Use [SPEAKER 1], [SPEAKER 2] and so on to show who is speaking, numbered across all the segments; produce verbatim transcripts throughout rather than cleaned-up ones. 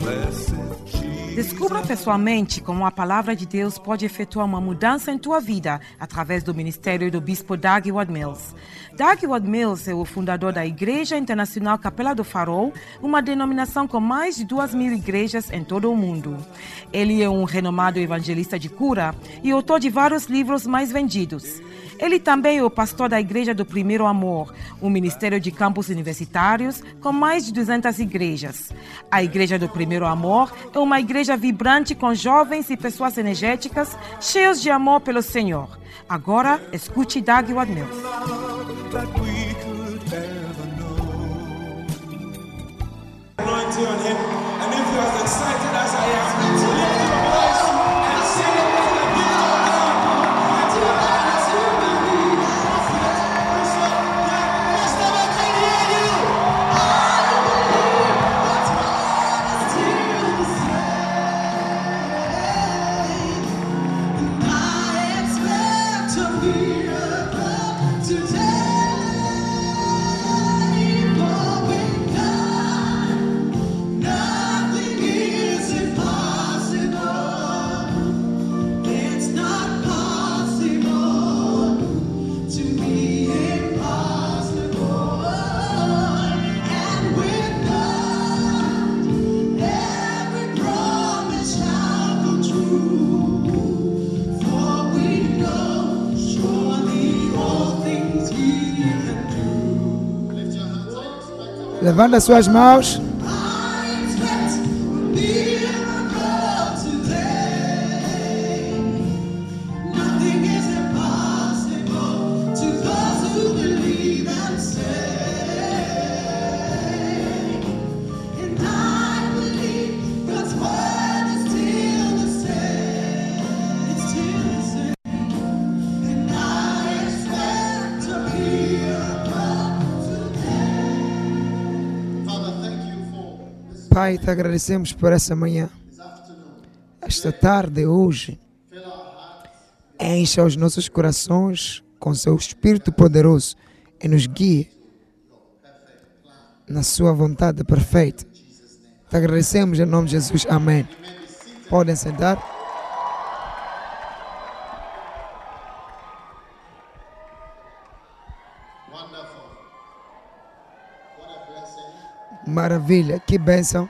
[SPEAKER 1] Descubra pessoalmente como a palavra de Deus pode efetuar uma mudança em tua vida através do ministério do bispo Doug Ward-Mills. Doug Ward-Mills é o fundador da Igreja Internacional Capela do Farol, uma denominação com mais de duas mil igrejas em todo o mundo. Ele é um renomado evangelista de cura e autor de vários livros mais vendidos. Ele também é o pastor da Igreja do Primeiro Amor, um ministério de campos universitários com mais de duzentas igrejas. A Igreja do Primeiro Amor é uma igreja vibrante com jovens e pessoas energéticas, cheios de amor pelo Senhor. Agora, escute Doug Ward-Mills.
[SPEAKER 2] Levanta suas mãos. Pai, te agradecemos por essa manhã, esta tarde, hoje. Encha os nossos corações com seu Espírito poderoso e nos guie na sua vontade perfeita. Te agradecemos em nome de Jesus. Amém. Podem sentar. Maravilha, que bênção.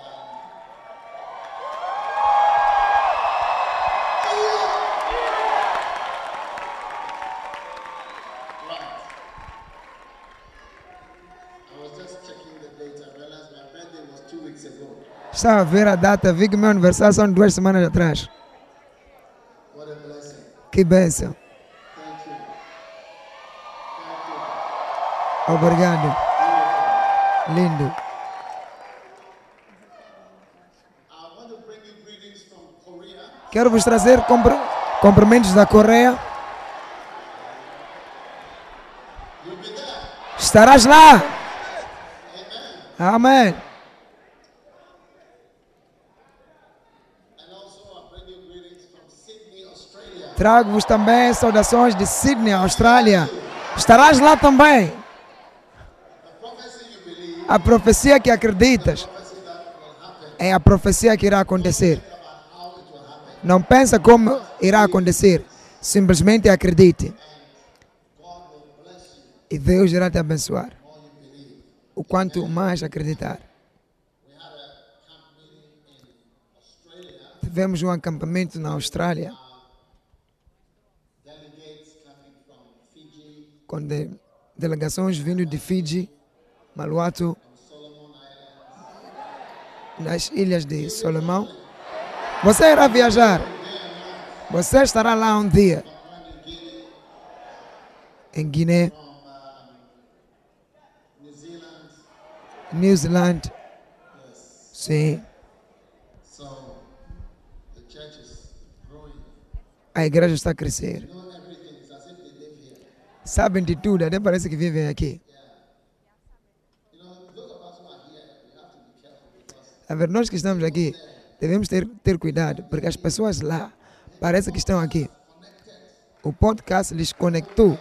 [SPEAKER 2] Estava a ver a data, vi que meu aniversário são duas semanas atrás. Que bênção. Obrigado. Lindo. Quero vos trazer cumprimentos da Coreia. Estarás lá. Amém. Trago-vos também saudações de Sydney, Austrália. Estarás lá também. A profecia que acreditas é a profecia que irá acontecer. Não pensa como irá acontecer. Simplesmente acredite. E Deus irá te abençoar. O quanto mais acreditar. Tivemos um acampamento na Austrália. Com de, delegações vindo de Fiji, Vanuatu, nas ilhas de Solomão. Você irá viajar. Você estará lá um dia. Em Guiné, New Zealand. Sim. A igreja está a crescer. Sabem de tudo, até parece que vivem aqui. A ver, nós que estamos aqui, devemos ter, ter cuidado, porque as pessoas lá parece que estão aqui. O podcast lhes conectou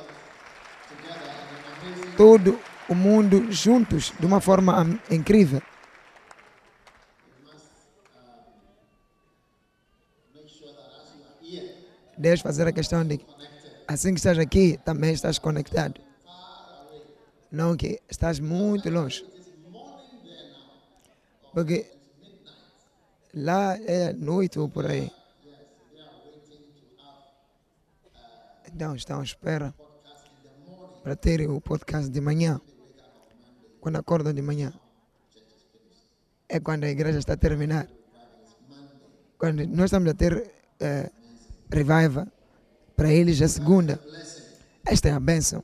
[SPEAKER 2] todo o mundo juntos de uma forma incrível. Deus fazer a questão de que assim que estás aqui, também estás conectado. Não que estás muito longe. Porque lá é noite ou por aí. Então estão à espera para ter o podcast de manhã. Quando acordam de manhã. É quando a igreja está a terminar. Quando nós estamos a ter eh, revival, para eles é segunda. Esta é a bênção.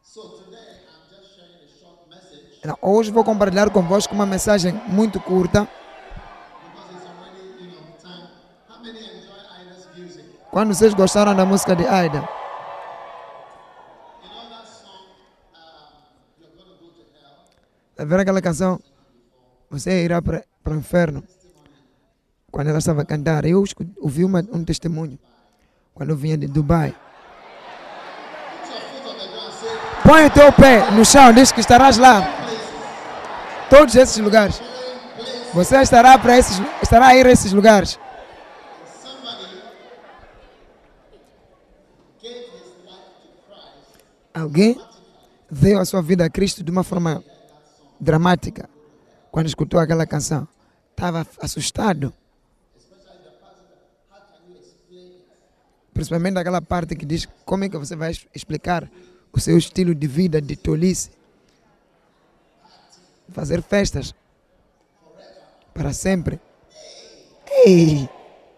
[SPEAKER 2] Então, hoje vou compartilhar convosco uma mensagem muito curta. Quando vocês gostaram da música de Aida? Tá vendo aquela canção? Você irá para, para o inferno. Quando ela estava a cantar, eu ouvi uma, um testemunho. Quando eu vinha de Dubai. Põe o teu pé no chão, diz que estarás lá. Todos esses lugares. Você estará, para esses, estará a ir a esses lugares. Alguém deu a sua vida a Cristo de uma forma dramática. Quando escutou aquela canção, estava assustado. Principalmente aquela parte que diz como é que você vai explicar o seu estilo de vida de tolice. Fazer festas para sempre. Ei!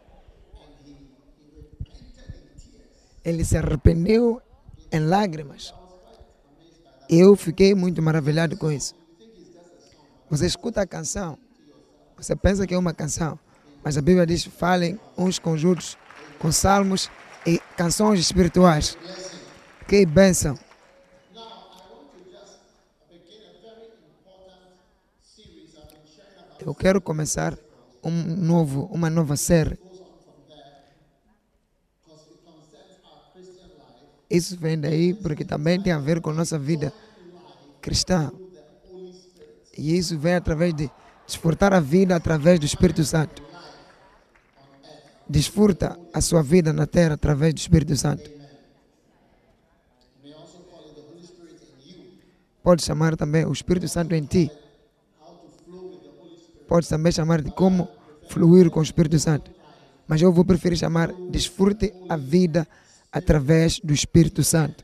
[SPEAKER 2] Ele se arrependeu em lágrimas. Eu fiquei muito maravilhado com isso. Você escuta a canção, você pensa que é uma canção, mas a Bíblia diz: falem uns com os outros com salmos e canções espirituais. Que bênção! Eu quero começar um novo, uma nova série. Isso vem daí porque também tem a ver com nossa vida cristã. E isso vem através de desfrutar a vida através do Espírito Santo. Desfruta a sua vida na terra através do Espírito Santo. Pode chamar também o Espírito Santo em ti. Pode também chamar de como fluir com o Espírito Santo. Mas eu vou preferir chamar desfrute a vida através do Espírito Santo.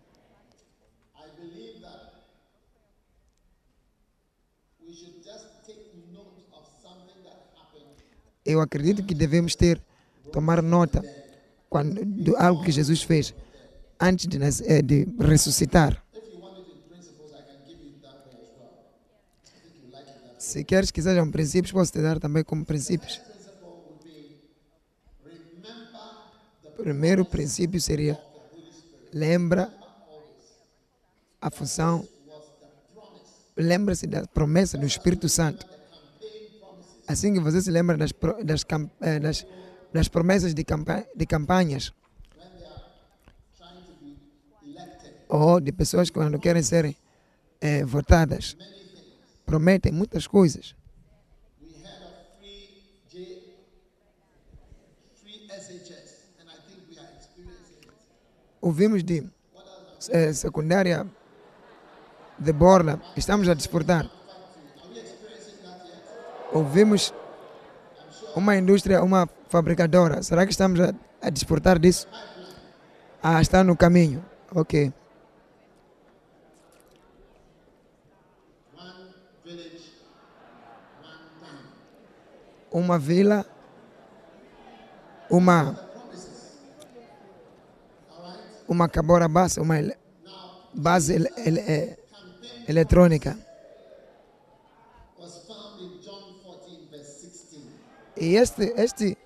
[SPEAKER 2] Eu acredito que devemos ter, tomar nota quando, de algo que Jesus fez antes de, de ressuscitar. Se queres que sejam princípios, posso te dar também como princípios. O primeiro princípio seria: lembra a função, lembra-se da promessa do Espírito Santo. Assim que você se lembra das, das, das, das promessas de, campanha, de campanhas ou de pessoas que quando querem ser é, votadas, prometem muitas coisas. Ouvimos de é, secundária de borla, estamos a desfrutar. Ouvimos uma indústria, uma fabricadora. Será que estamos a, a desfrutar disso? Ah, está no caminho. Ok. Uma vila, uma uma cabora base, uma base ele, ele, é, eletrônica. E este, este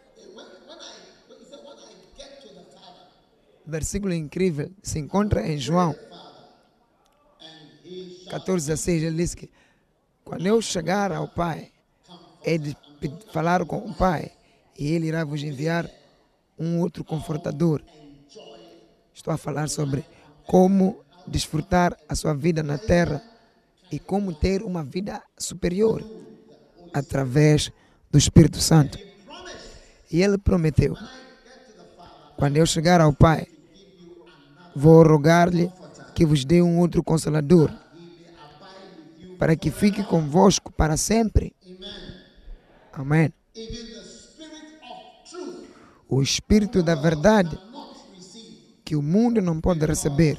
[SPEAKER 2] versículo incrível se encontra em João catorze, dezesseis. Ele diz que quando eu chegar ao Pai, é de falar com o Pai e Ele irá vos enviar um outro confortador. Estou a falar sobre como desfrutar a sua vida na terra e como ter uma vida superior através do Espírito Santo. E Ele prometeu: Quando eu chegar ao Pai, vou rogar-lhe que vos dê um outro Consolador, para que fique convosco para sempre. Amém. O Espírito da verdade, que o mundo não pode receber,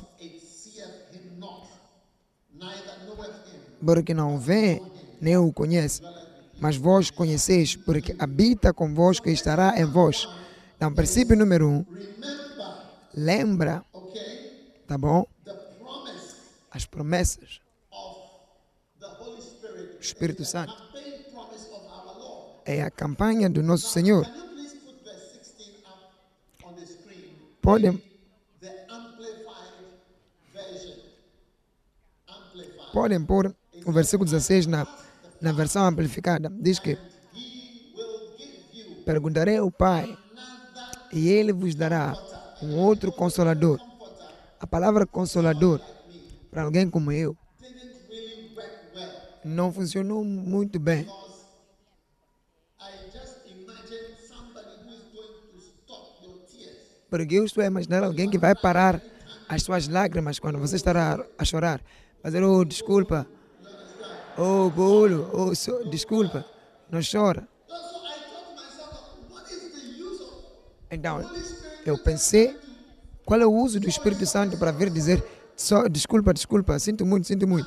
[SPEAKER 2] porque não vê nem o conhece, mas vós conheceis, porque habita convosco e estará em vós. Então, princípio número um, lembra, tá bom? As promessas do Espírito Santo. É a campanha do nosso Senhor. Podem, podem pôr o versículo dezesseis na, na versão amplificada. Diz que: perguntarei ao Pai e Ele vos dará um outro Consolador. A palavra Consolador, para alguém como eu, não funcionou muito bem. Porque eu estou a imaginar alguém que vai parar as suas lágrimas quando você estará a chorar. Fazer, oh, desculpa, oh, bolo, oh, so, desculpa, não chora. Então, eu pensei, qual é o uso do Espírito Santo para vir dizer, só, desculpa, desculpa, sinto muito, sinto muito.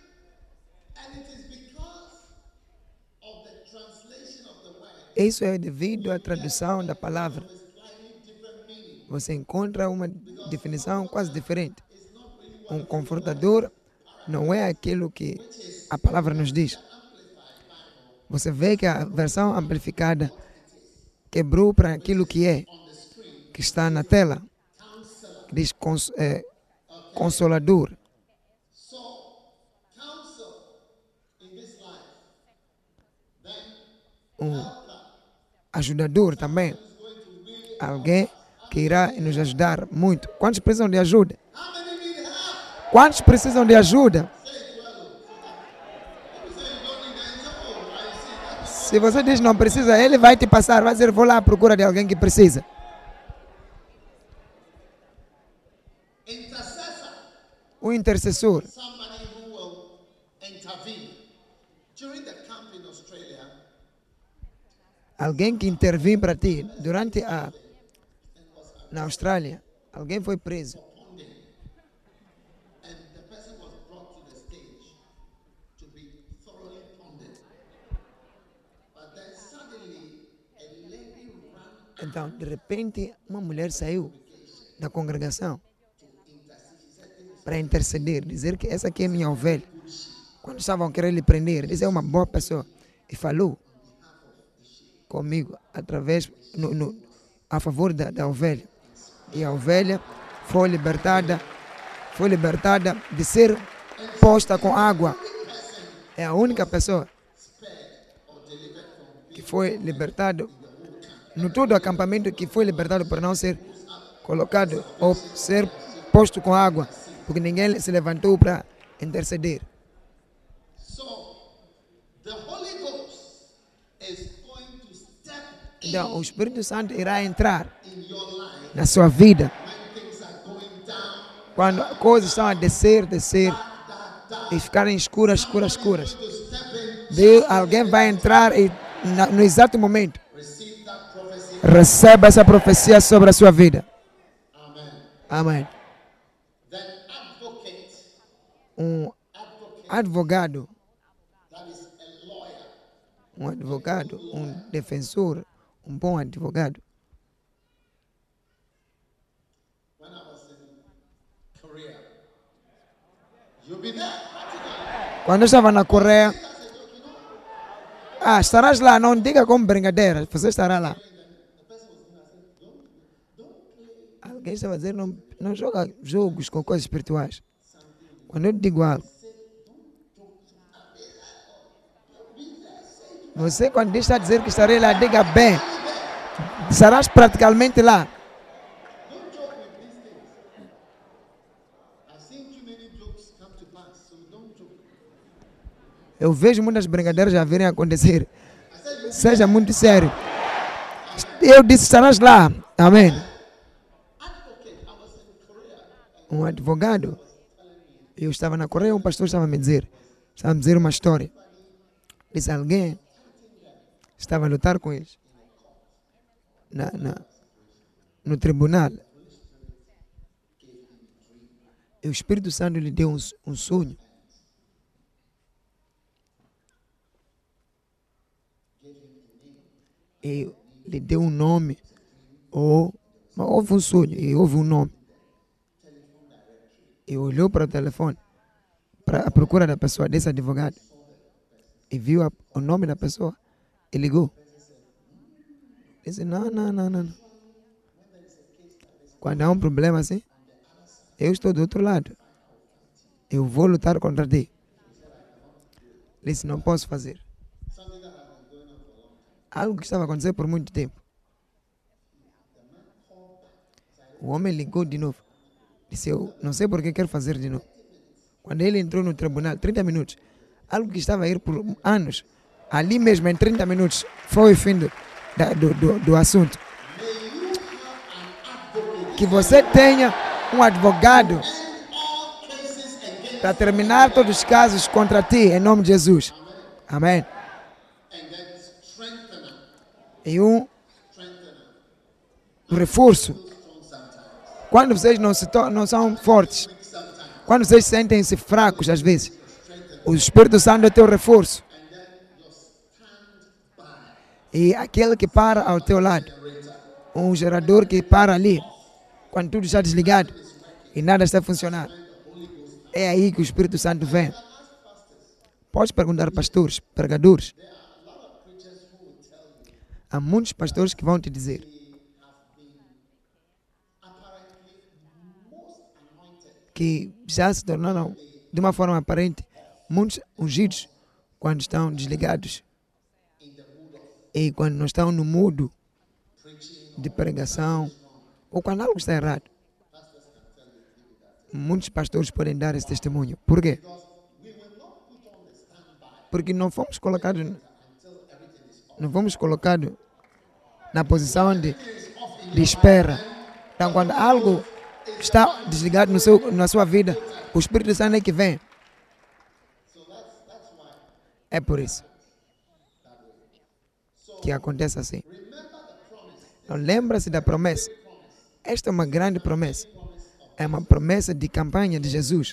[SPEAKER 2] Isso é devido à tradução da palavra. Você encontra uma definição quase diferente. Um confortador não é aquilo que a palavra nos diz. Você vê que a versão amplificada quebrou para aquilo que é, que está na tela. Diz cons, é, consolador. Um ajudador também. Alguém que irá nos ajudar muito. Quantos precisam de ajuda? Quantos precisam de ajuda? Se você diz não precisa, ele vai te passar, vai dizer, vou lá à procura de alguém que precisa. O intercessor. Alguém que intervém para ti. Durante a... Na Austrália, alguém foi preso. Então, de repente, uma mulher saiu da congregação para interceder, dizer que essa aqui é minha ovelha. Quando estavam querendo lhe prender, disse, é uma boa pessoa. E falou comigo através, no, no, a favor da, da ovelha. E a ovelha foi libertada, foi libertada de ser posta com água. É a única pessoa que foi libertada no todo o acampamento, que foi libertado por não ser colocado ou ser posto com água, porque ninguém se levantou para interceder. Então, o Espírito Santo irá entrar na sua vida quando coisas estão a descer, descer e ficarem escuras, escuras, escuras. Deus, alguém vai entrar e na, no exato momento receba essa profecia sobre a sua vida. Amém. Um advogado, um advogado, um defensor, um bom advogado. Quando eu estava na Coreia, ah, estarás lá, não diga como brincadeira, você estará lá. Alguém estava a dizer, não, não joga jogos com coisas espirituais. Quando eu digo algo, você quando está a dizer que estarei lá, diga bem, estarás praticamente lá. Eu vejo muitas brincadeiras já virem acontecer. Seja muito sério. Eu disse, estarás lá. Amém. um advogado. Eu estava na Coreia, um pastor estava a me dizer, estava a me dizer uma história. Disse, alguém estava a lutar com eles na, na, no tribunal. E o Espírito Santo lhe deu um, um sonho. E lhe deu um nome, ou houve um sonho, e houve um nome. E olhou para o telefone, para a procura da pessoa, desse advogado, e viu a, o nome da pessoa, e ligou. Disse, não, não, não, não. Quando há um problema assim, eu estou do outro lado. Eu vou lutar contra ti. Disse, não posso fazer. Algo que estava acontecendo por muito tempo. O homem ligou de novo. Disse, eu não sei por que quero fazer de novo. Quando ele entrou no tribunal, trinta minutos, algo que estava a ir por anos, ali mesmo em trinta minutos, foi o fim do, do, do, do assunto. Que você tenha um advogado para terminar todos os casos contra ti, em nome de Jesus. Amém. E um reforço. Quando vocês não, se não são fortes, quando vocês sentem-se fracos às vezes, o Espírito Santo é teu reforço. E aquele que para ao teu lado, um gerador que para ali, quando tudo está desligado e nada está a funcionar, é aí que o Espírito Santo vem. Pode perguntar pastores, pregadores. Há muitos pastores que vão te dizer que já se tornaram, de uma forma aparente, muitos ungidos quando estão desligados e quando não estão no mudo de pregação ou quando algo está errado. Muitos pastores podem dar esse testemunho. Por quê? Porque não fomos colocados, não fomos colocados na posição de, de espera. Então, quando algo está desligado no seu, na sua vida, o Espírito Santo é que vem. É por isso que acontece assim. Então, lembra-se da promessa. Esta é uma grande promessa. É uma promessa de campanha de Jesus.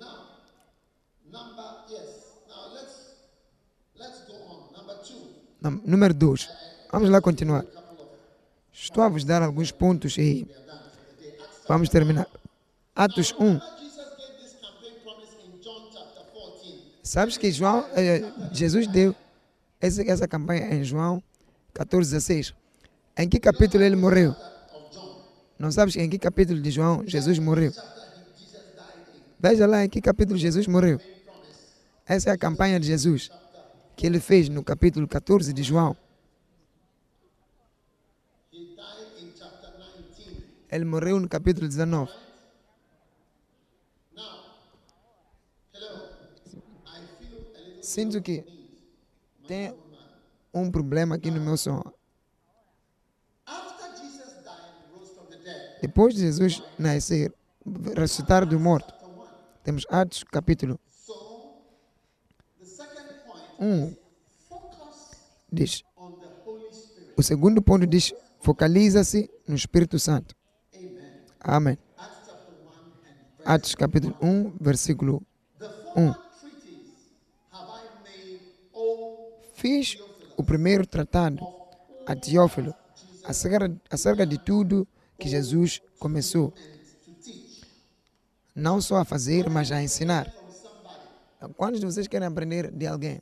[SPEAKER 2] Número dois. Vamos lá continuar. Estou a vos dar alguns pontos e vamos terminar. Atos um. Sabes que João, eh, Jesus deu essa, essa campanha em João catorze, dezesseis. Em que capítulo ele morreu? Não sabes em que capítulo de João Jesus morreu? Veja lá em que capítulo Jesus morreu. Essa é a campanha de Jesus que ele fez no capítulo catorze de João. Ele morreu no capítulo dezenove. Sinto que tem um problema aqui no meu som. Depois de Jesus nascer, ressuscitar do morto, temos Atos capítulo um. Diz, o segundo ponto diz, focaliza-se no Espírito Santo. Amém. Atos capítulo um, versículo um. Fiz o primeiro tratado a Teófilo acerca, acerca de tudo que Jesus começou, não só a fazer, mas a ensinar. Então, quantos de vocês querem aprender de alguém?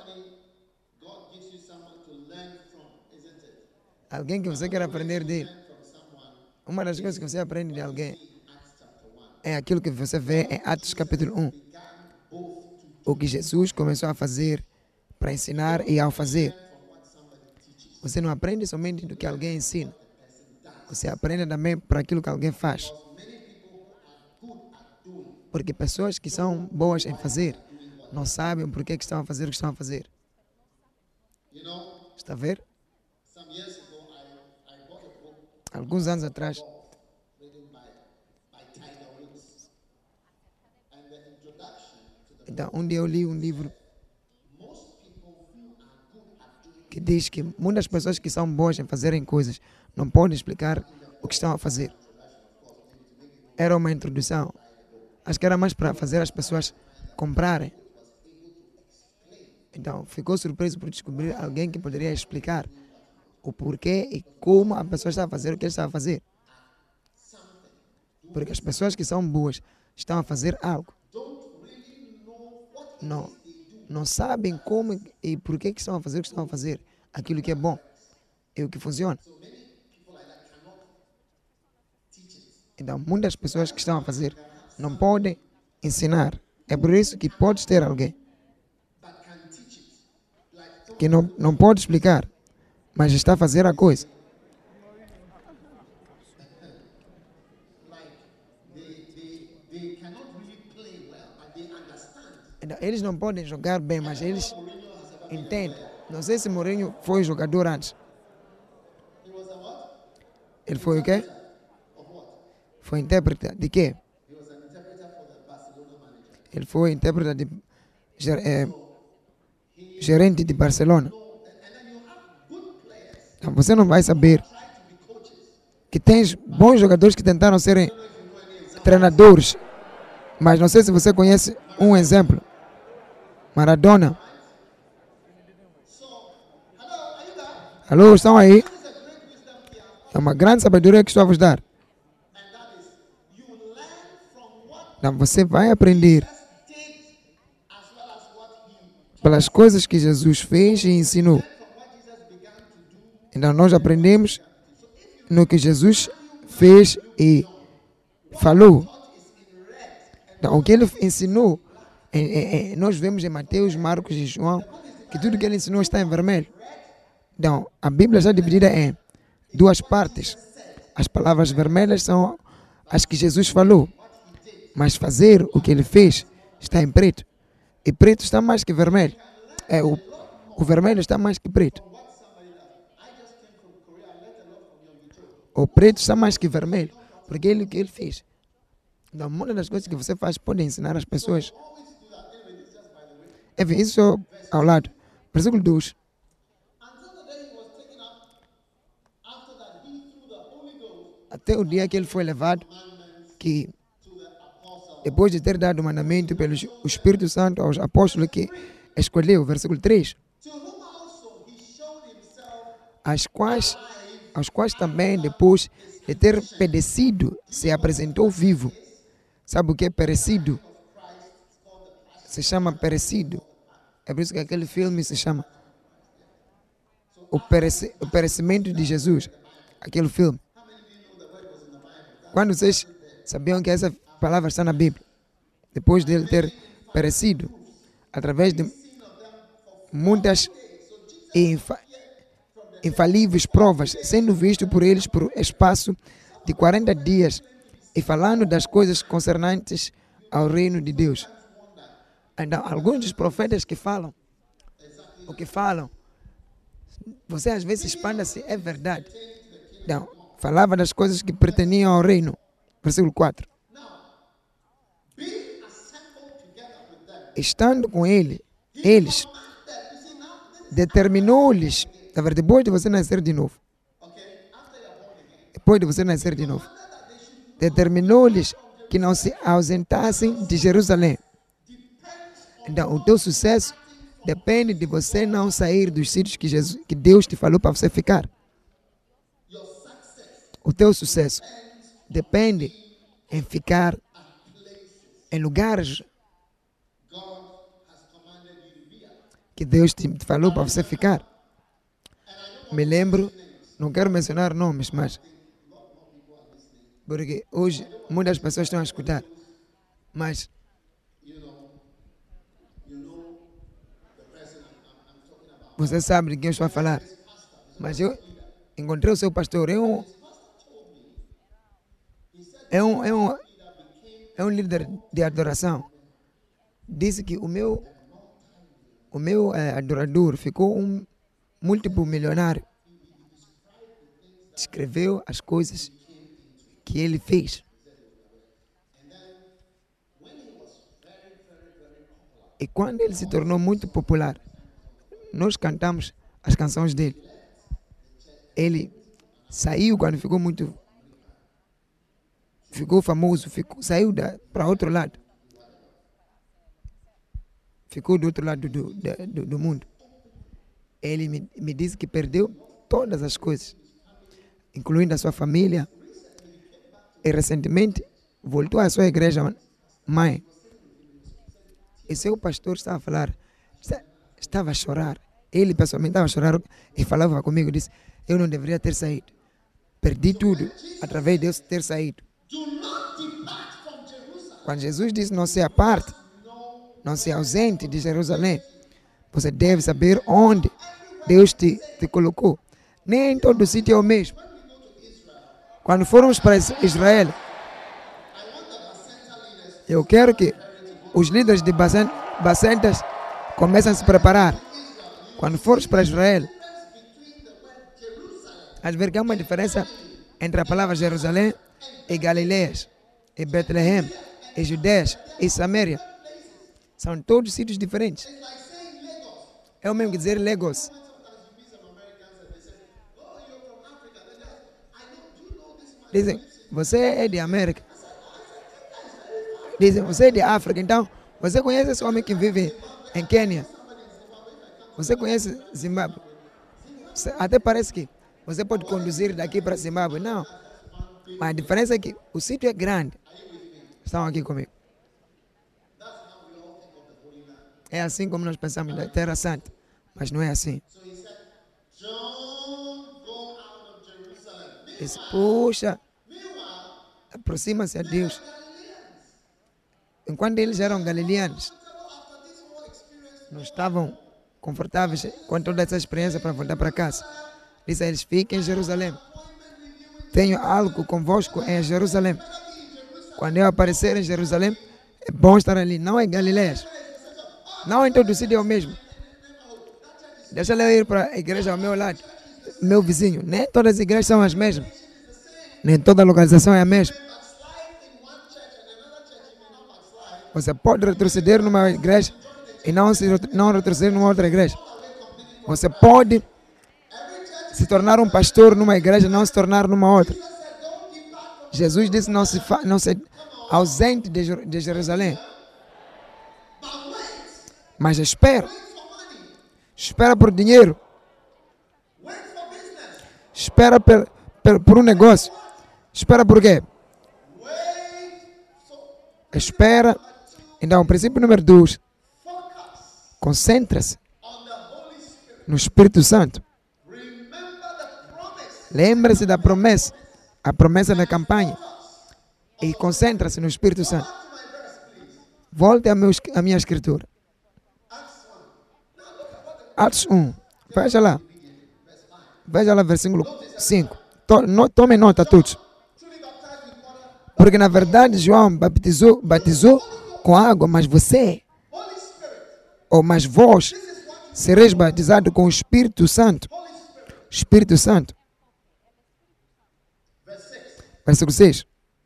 [SPEAKER 2] Alguém que você quer aprender dele. Uma das coisas que você aprende de alguém é aquilo que você vê em Atos capítulo um. O que Jesus começou a fazer para ensinar e ao fazer. Você não aprende somente do que alguém ensina. Você aprende também para aquilo que alguém faz. Porque pessoas que são boas em fazer não sabem por que estão a fazer o que estão a fazer. Está a ver? Alguns anos atrás, Então, um dia eu li um livro que diz que muitas pessoas que são boas em fazerem coisas não podem explicar o que estão a fazer. Era uma introdução. Acho que era mais para fazer as pessoas comprarem. Então, ficou surpreso por descobrir alguém que poderia explicar o porquê e como a pessoa está a fazer o que ele está a fazer. Porque as pessoas que são boas estão a fazer algo. Não, não sabem como e porquê que estão a fazer o que estão a fazer. Aquilo que é bom e o que funciona. Então, muitas pessoas que estão a fazer não podem ensinar. É por isso que pode ter alguém que não, não pode explicar, mas está a fazer a coisa. Então, eles não podem jogar bem, mas eles entendem. Não sei se Mourinho foi jogador antes. Ele foi o quê? Foi intérprete de quê? Ele foi intérprete de ger, é, gerente de Barcelona. Então você não vai saber que tens bons jogadores que tentaram serem treinadores, mas não sei se você conhece um exemplo. Maradona. Alô, estão aí? É uma grande sabedoria que estou a vos dar. Então você vai aprender pelas coisas que Jesus fez e ensinou. Então nós aprendemos no que Jesus fez e falou. Então, o que ele ensinou, é, é, é, nós vemos em Mateus, Marcos e João, que tudo que ele ensinou está em vermelho. Então, a Bíblia está dividida em duas partes. As palavras vermelhas são as que Jesus falou, mas fazer o que ele fez está em preto. E preto está mais que vermelho. É, o, o vermelho está mais que preto. O preto está mais que vermelho, porque ele o que ele fez. Então, muitas das coisas que você faz pode ensinar as pessoas. Enfim, isso ao lado. Versículo dois. Até o dia que ele foi levado, que depois de ter dado o mandamento pelo Espírito Santo aos apóstolos que escolheu, versículo três, as quais, aos quais também, depois de ter perecido, se apresentou vivo. Sabe o que é perecido? Se chama perecido. É por isso que aquele filme se chama O, perece, o Perecimento de Jesus. Aquele filme. Quando vocês sabiam que essa palavra está na Bíblia, depois de ele ter perecido, através de muitas infa, infalíveis provas, sendo visto por eles por espaço de quarenta dias, e falando das coisas concernentes ao reino de Deus. Então, alguns dos profetas que falam, o que falam, você às vezes espanta-se, é verdade. Então, falava das coisas que pertenciam ao reino. Versículo quatro. Estando com ele, eles, determinou-lhes, depois de você nascer de novo, depois de você nascer de novo, determinou-lhes que não se ausentassem de Jerusalém. Então, o teu sucesso depende de você não sair dos sítios que, Jesus, que Deus te falou para você ficar. O teu sucesso depende em ficar em lugares que Deus te falou para você ficar. Me lembro, não quero mencionar nomes, mas porque hoje muitas pessoas estão a escutar, mas você sabe de quem eu estou a falar. Mas eu encontrei o seu pastor, é um é um, é um, é um líder de adoração. Disse que o meu o meu é, adorador ficou um múltiplo milionário. Descreveu as coisas que ele fez. E quando ele se tornou muito popular, nós cantamos as canções dele. Ele saiu quando ficou muito... Ficou famoso, ficou, saiu para outro lado. Ficou do outro lado do, do, do mundo. Ele me, me disse que perdeu todas as coisas, incluindo a sua família. E recentemente voltou à sua igreja mãe. E seu pastor estava a falar, estava a chorar. Ele pessoalmente estava a chorar e falava comigo, disse, eu não deveria ter saído. Perdi tudo através de eu ter saído. Quando Jesus disse não se aparte, não se ausente de Jerusalém, você deve saber onde Deus te, te colocou. Nem em todo sítio é o mesmo. Quando formos para Israel, eu quero que os líderes de Bacentas comecem a se preparar. Quando fores para Israel, vais ver que há uma diferença entre a palavra Jerusalém e Galileias, e Betlehem, e Judéias, e Saméria. São todos sítios diferentes. É o mesmo que dizer Lagos. Dizem, você é de América. Dizem, você é de África. Então, você conhece esse homem que vive em Quênia? Você conhece Zimbábue? Até parece que você pode conduzir daqui para Zimbábue. Não. Mas a diferença é que o sítio é grande. Estão aqui comigo. É assim como nós pensamos da Terra Santa. Mas não é assim. Disse, puxa, aproxima-se a Deus. Enquanto eles eram galileanos, não estavam confortáveis com toda essa experiência para voltar para casa. Disse a eles, fiquem em Jerusalém. Tenho algo convosco em Jerusalém. Quando eu aparecer em Jerusalém, é bom estar ali. Não em Galileias. Não em todo sítio é o mesmo. Deixa eu ir para a igreja ao meu lado. Meu vizinho. Nem todas as igrejas são as mesmas. Nem toda localização é a mesma. Você pode retroceder numa igreja e não, se, não retroceder numa outra igreja. Você pode se tornar um pastor numa igreja e não se tornar numa outra. Jesus disse não se, fa, não se ausente de, de Jerusalém. Mas espera. Espera por dinheiro. Espera por, por, por um negócio. Espera por quê? Espera. Então, o princípio número dois. Concentra-se no Espírito Santo. Lembre-se da promessa. A promessa da campanha. E concentra-se no Espírito Santo. Volte à minha escritura. Atos um. Veja lá. Veja lá, versículo cinco. Tome nota todos. Porque na verdade João batizou, batizou com água, mas você, ou mas vós, sereis batizados com o Espírito Santo. Espírito Santo. Versículo seis.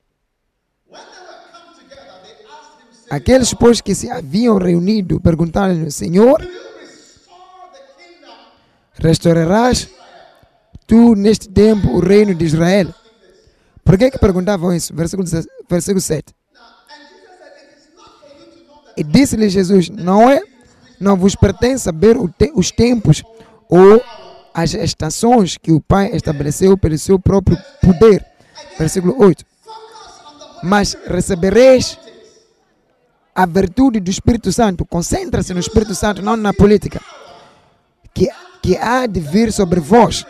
[SPEAKER 2] Aqueles, pois, que se haviam reunido, perguntaram-lhe, Senhor, restaurarás tu neste tempo o reino de Israel? Por que que perguntavam isso? Versículo, versículo sete. E disse-lhe Jesus, não é, não vos pertence saber os tempos ou as estações que o Pai estabeleceu pelo seu próprio poder. Versículo oito. Mas recebereis a virtude do Espírito Santo. Concentra-se no Espírito Santo, não na política. Que, que há de vir sobre vós.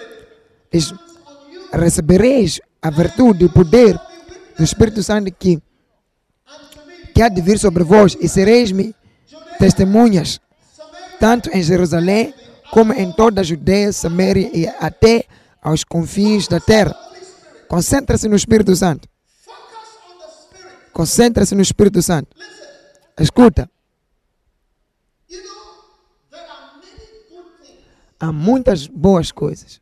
[SPEAKER 2] Recebereis a virtude e o poder do Espírito Santo que, que há de vir sobre vós e sereis-me testemunhas, tanto em Jerusalém como em toda a Judeia, Saméria e até aos confins da terra. Concentra-se no Espírito Santo. Concentra-se no Espírito Santo. Escuta. Há muitas boas coisas.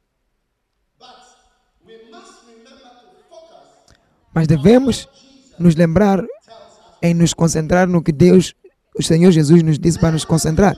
[SPEAKER 2] Mas devemos nos lembrar em nos concentrar no que Deus o Senhor Jesus nos disse para nos concentrar.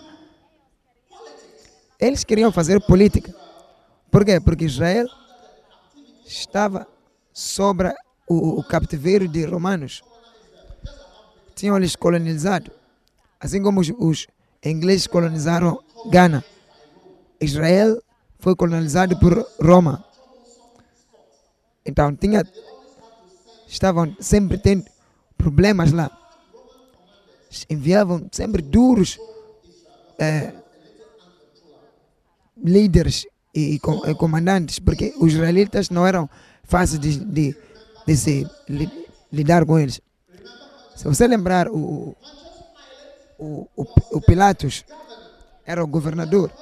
[SPEAKER 2] Eles queriam fazer política. Por quê? Porque Israel estava sobre o, o cativeiro de romanos. Tinham-lhes colonizado. Assim como os, os ingleses colonizaram Gana. Israel foi colonizado por Roma. Então, tinha, estavam sempre tendo problemas lá. Enviavam sempre duros eh, líderes e, e, e comandantes, porque os israelitas não eram fáceis de, de, de se li, lidar com eles. Se você lembrar, o, o, o, o Pilatos era o governador.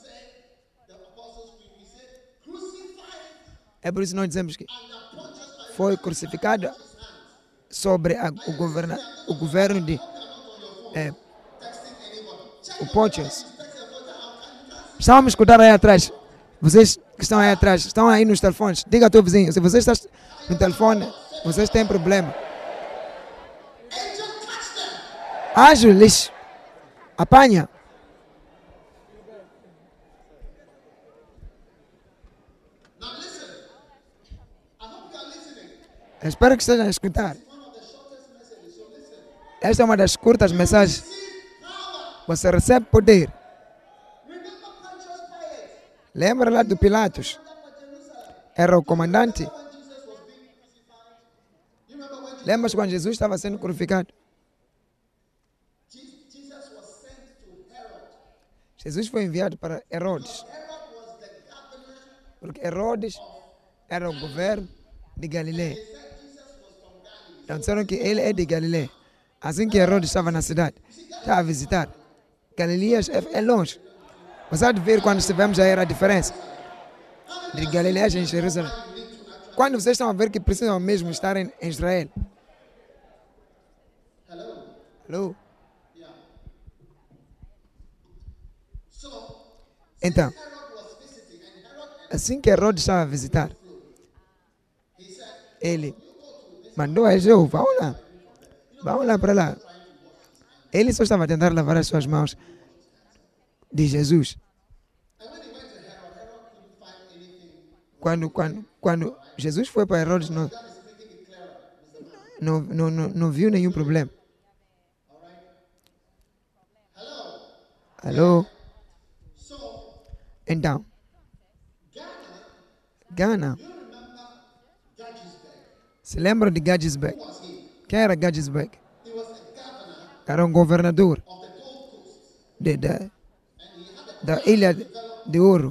[SPEAKER 2] É por isso que nós dizemos que foi crucificado sobre a, o, governa, o governo de é, o Pontius. Estão a me escutar aí atrás? Vocês que estão aí atrás, estão aí nos telefones, diga ao teu vizinho, se você está no telefone, vocês têm problema. Anjo, lixo, apanha. Eu espero que estejam a escutar. Esta é uma das curtas mensagens. Você recebe poder. Lembra lá do Pilatos? Era o comandante. Lembra quando Jesus estava sendo crucificado? Jesus foi enviado para Herodes. Porque Herodes era o governo de Galileia. Então disseram que ele é de Galileia. Assim que Herodes estava na cidade, estava a visitar. Galileia é longe. Você há de ver quando estivemos aí a diferença de Galileia em Jerusalém. Quando vocês estão a ver que precisam mesmo estar em Israel. Hello? Então, assim que Herodes estava a visitar, ele mandou a Jeu, vão lá, vão lá para lá. Ele só estava a tentar lavar as suas mãos de Jesus. Quando, quando, quando Jesus foi para Herodes, não, não, não, não, não viu nenhum problema. Alô? Então, Gana. Se lembra de Gadgisbeck? Quem era Gadgisbeck? Era um governador de, de, da Ilha de Ouro.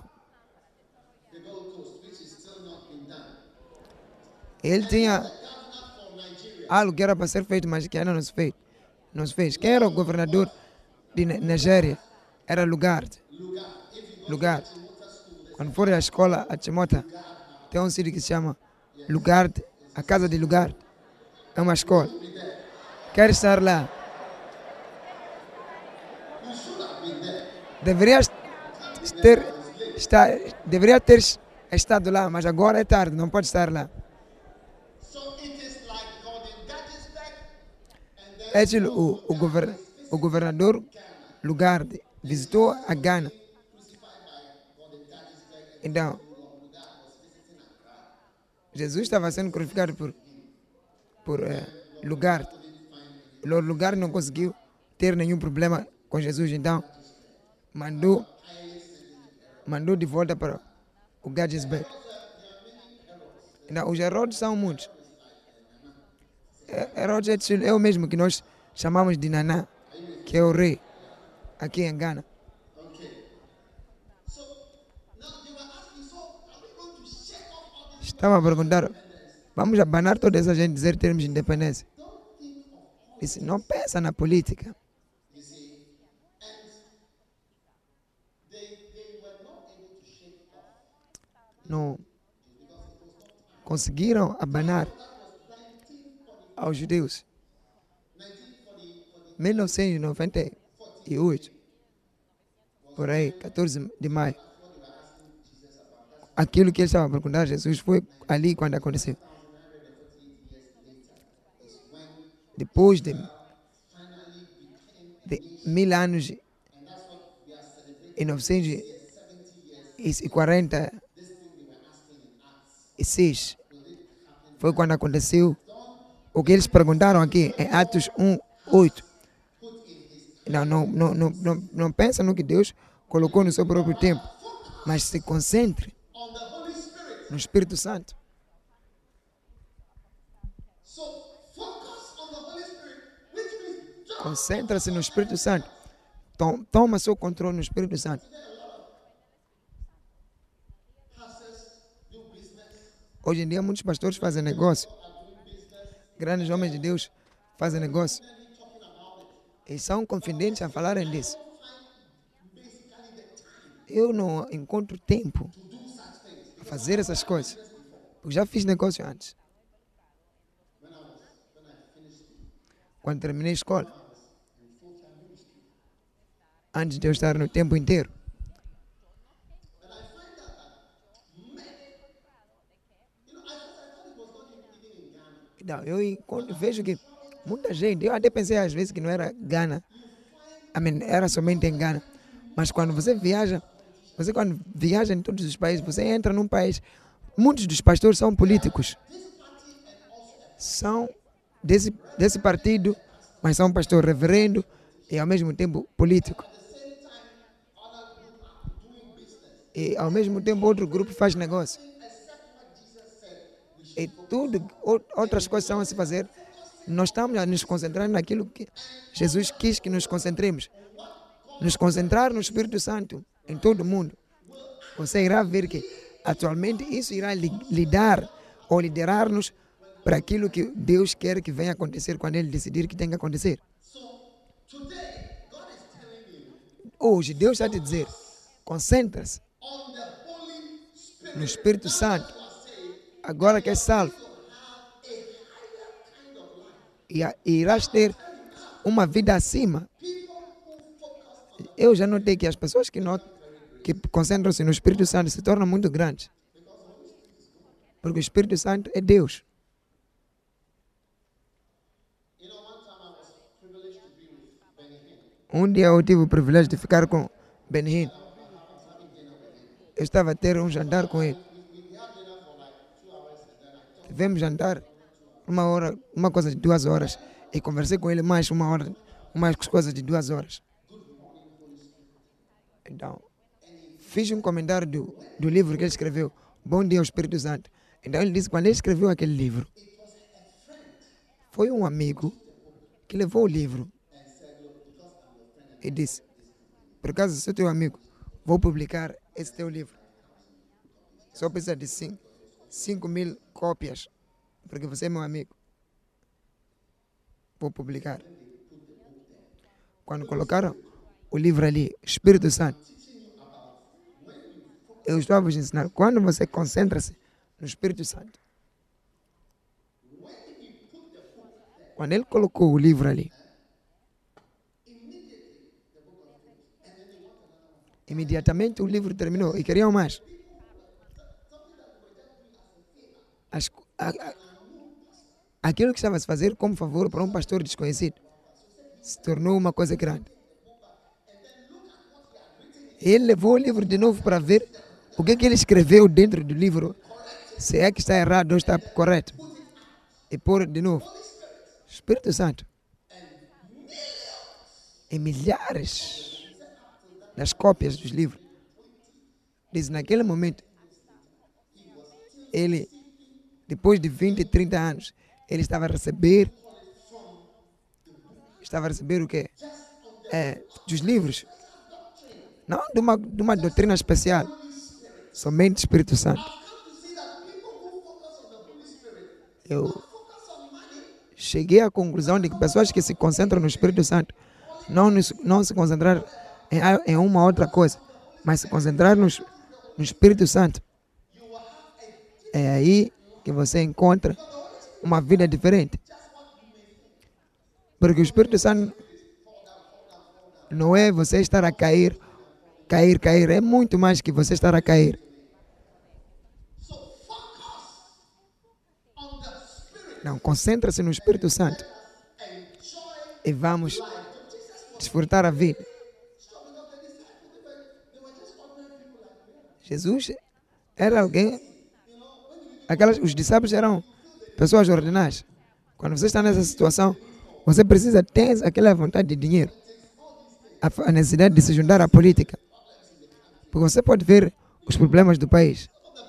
[SPEAKER 2] Ele tinha algo que era para ser feito, mas que ainda não se fez. Não se fez. Quem era o governador de Nigéria? Era Lugard. Lugard. Quando for à escola, a Timota, tem um sítio que se chama Lugard, a casa de Lugard. É uma escola. Quer estar lá? Deveria ter, estar, deveria ter estado lá, mas agora é tarde, não pode estar lá. É o, o, govern, o governador Lugard visitou a Gana. Então, Jesus estava sendo crucificado por, por eh, Lugard. O Lugard não conseguiu ter nenhum problema com Jesus, então mandou, mandou de volta para o Gadgisbeck. Então, os Herodes são muitos. Herodes é o mesmo que nós chamamos de Naná, que é o rei aqui em Gana. Estava a perguntar, vamos abanar toda essa gente dizer termos de independência. Disse, não pensa na política. Não conseguiram abanar aos judeus. mil novecentos e noventa e oito, por aí, quatorze de maio. Aquilo que ele estava a perguntar a Jesus foi ali quando aconteceu. Depois de, de mil anos e novecentos e quarenta e seis. Foi quando aconteceu o que eles perguntaram aqui em Atos um, oito. Não, não, não, não, não, não pensa no que Deus colocou no seu próprio tempo, mas se concentre no Espírito Santo. Concentra-se no Espírito Santo. Tom, toma seu controle no Espírito Santo. Hoje em dia muitos pastores fazem negócio. Grandes homens de Deus fazem negócio. E são confidentes a falarem disso. Eu não encontro tempo a fazer essas coisas. Eu já fiz negócio antes. Quando terminei a escola. Antes de eu estar no tempo inteiro. Não, eu encontro, vejo que muita gente, eu até pensei às vezes que não era Gana, I mean, era somente em Gana, mas quando você viaja, você quando viaja em todos os países, você entra num país, muitos dos pastores são políticos, são desse, desse partido, mas são pastor reverendo e ao mesmo tempo político. E ao mesmo tempo outro grupo faz negócio. E tudo, outras coisas estão a se fazer. Nós estamos a nos concentrar naquilo que Jesus quis que nos concentremos. Nos concentrar no Espírito Santo em todo o mundo. Você irá ver que atualmente isso irá lidar ou liderar-nos para aquilo que Deus quer que venha acontecer quando Ele decidir que tem que acontecer. Hoje Deus está a te dizer, concentra-se no Espírito Santo. Agora que é salvo. E irás ter uma vida acima. Eu já notei que as pessoas que, not, que concentram-se no Espírito Santo se tornam muito grandes. Porque o Espírito Santo é Deus. Um dia eu tive o privilégio de ficar com Benhin. Eu estava a ter um jantar com ele. Tivemos jantar uma hora, uma coisa de duas horas. E conversei com ele mais uma hora, mais coisa de duas horas. Então, fiz um comentário do, do livro que ele escreveu, Bom Dia ao Espírito Santo. Então ele disse que quando ele escreveu aquele livro, foi um amigo que levou o livro e disse, por acaso sou teu amigo, vou publicar esse teu livro. Só precisa de cinco, cinco mil cópias, porque você é meu amigo. Vou publicar. Quando colocaram o livro ali, Espírito Santo, eu estou a vos ensinar, quando você concentra-se no Espírito Santo, quando ele colocou o livro ali, imediatamente o livro terminou e queriam mais. As, a, a, aquilo que estava a se fazer como favor para um pastor desconhecido se tornou uma coisa grande. Ele levou o livro de novo para ver o que, que ele escreveu dentro do livro, se é que está errado ou está correto. E pôr de novo. Espírito Santo. E milhares das cópias dos livros. Diz, naquele momento, ele, depois de vinte, trinta anos, ele estava a receber, estava a receber o quê? É, dos livros. Não de uma, de uma doutrina especial. Somente Espírito Santo. Eu cheguei à conclusão de que pessoas que se concentram no Espírito Santo não, não se concentrar em, em uma outra coisa, mas se concentrar no, no Espírito Santo. É aí que você encontra uma vida diferente. Porque o Espírito Santo não é você estar a cair, cair, cair. É muito mais que você estar a cair. Não, concentra-se no Espírito Santo. E vamos desfrutar a vida. Jesus era alguém, aquelas, os discípulos eram pessoas ordinárias. Quando você está nessa situação, você precisa ter aquela vontade de dinheiro, a necessidade de se juntar à política. Porque você pode ver os problemas do país.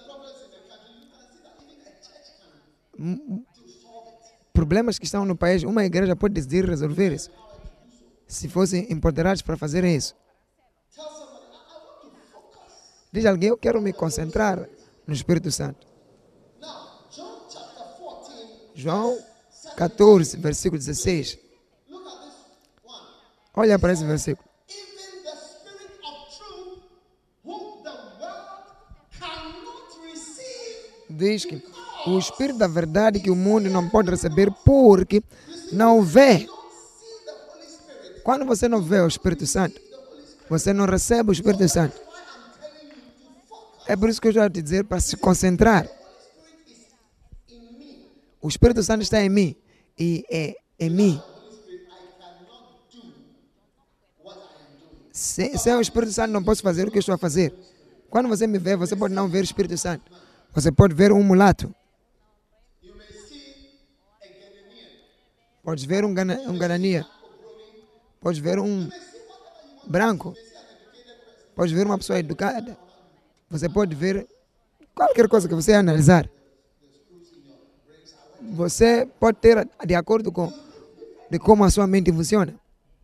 [SPEAKER 2] Problemas que estão no país, uma igreja pode decidir resolver isso, se fossem empoderados para fazer isso. Diz alguém, eu quero me concentrar no Espírito Santo. João catorze, versículo dezesseis. Olha para esse versículo. Diz que o Espírito da verdade que o mundo não pode receber porque não vê. Quando você não vê o Espírito Santo, você não recebe o Espírito Santo. É por isso que eu já te dizer para se concentrar. O Espírito Santo está em mim e é em mim. Sem, sem o Espírito Santo não posso fazer o que eu estou a fazer. Quando você me vê, você pode não ver o Espírito Santo. Você pode ver um mulato. Pode ver um, gana, um ganania. Pode ver um branco. Pode ver uma pessoa educada. Você pode ver qualquer coisa que você analisar. Você pode ter de acordo com de como a sua mente funciona.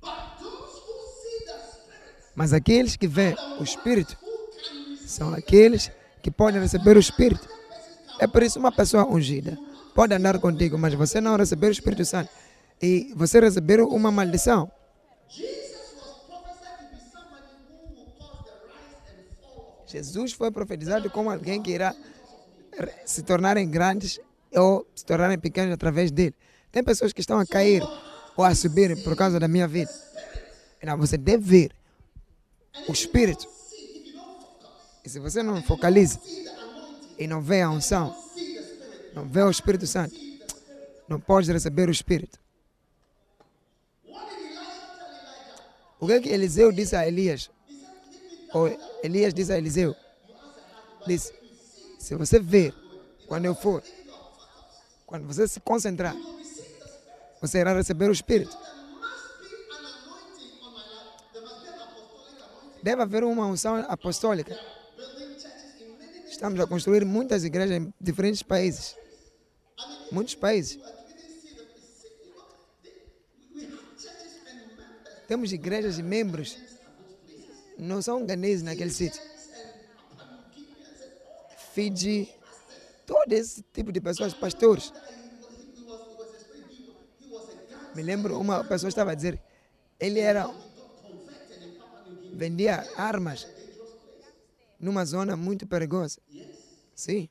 [SPEAKER 2] Mas aqueles que veem o Espírito são aqueles que podem receber o Espírito. É por isso uma pessoa ungida pode andar contigo, mas você não receber o Espírito Santo e você receber uma maldição. Jesus foi profetizado como alguém que irá se tornarem grandes ou se tornarem pequenos através dele. Tem pessoas que estão a cair ou a subir por causa da minha vida. Então você deve ver o Espírito. E se você não focaliza e não vê a unção, não vê o Espírito Santo, não pode receber o Espírito. O que é que Eliseu disse a Elias? Ou Elias disse a Eliseu? Disse, se você ver, quando eu for, quando você se concentrar, você irá receber o Espírito. Deve haver uma unção apostólica. Estamos a construir muitas igrejas em diferentes países. Muitos países. Temos igrejas e membros. Não são ganeses naquele sítio. Fiji. Todo esse tipo de pessoas, pastores. Me lembro, uma pessoa estava a dizer, ele era, vendia armas numa zona muito perigosa. Sim.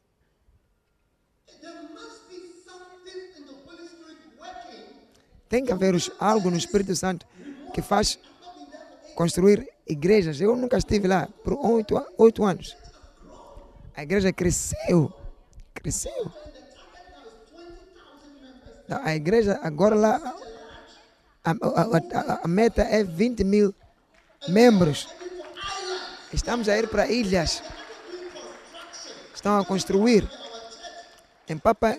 [SPEAKER 2] Tem que haver algo no Espírito Santo que faz construir igrejas. Eu nunca estive lá por oito, oito anos. A igreja cresceu. Cresceu. A igreja agora lá, a, a, a, a meta é vinte mil membros. Estamos a ir para ilhas. Estão a construir em Papua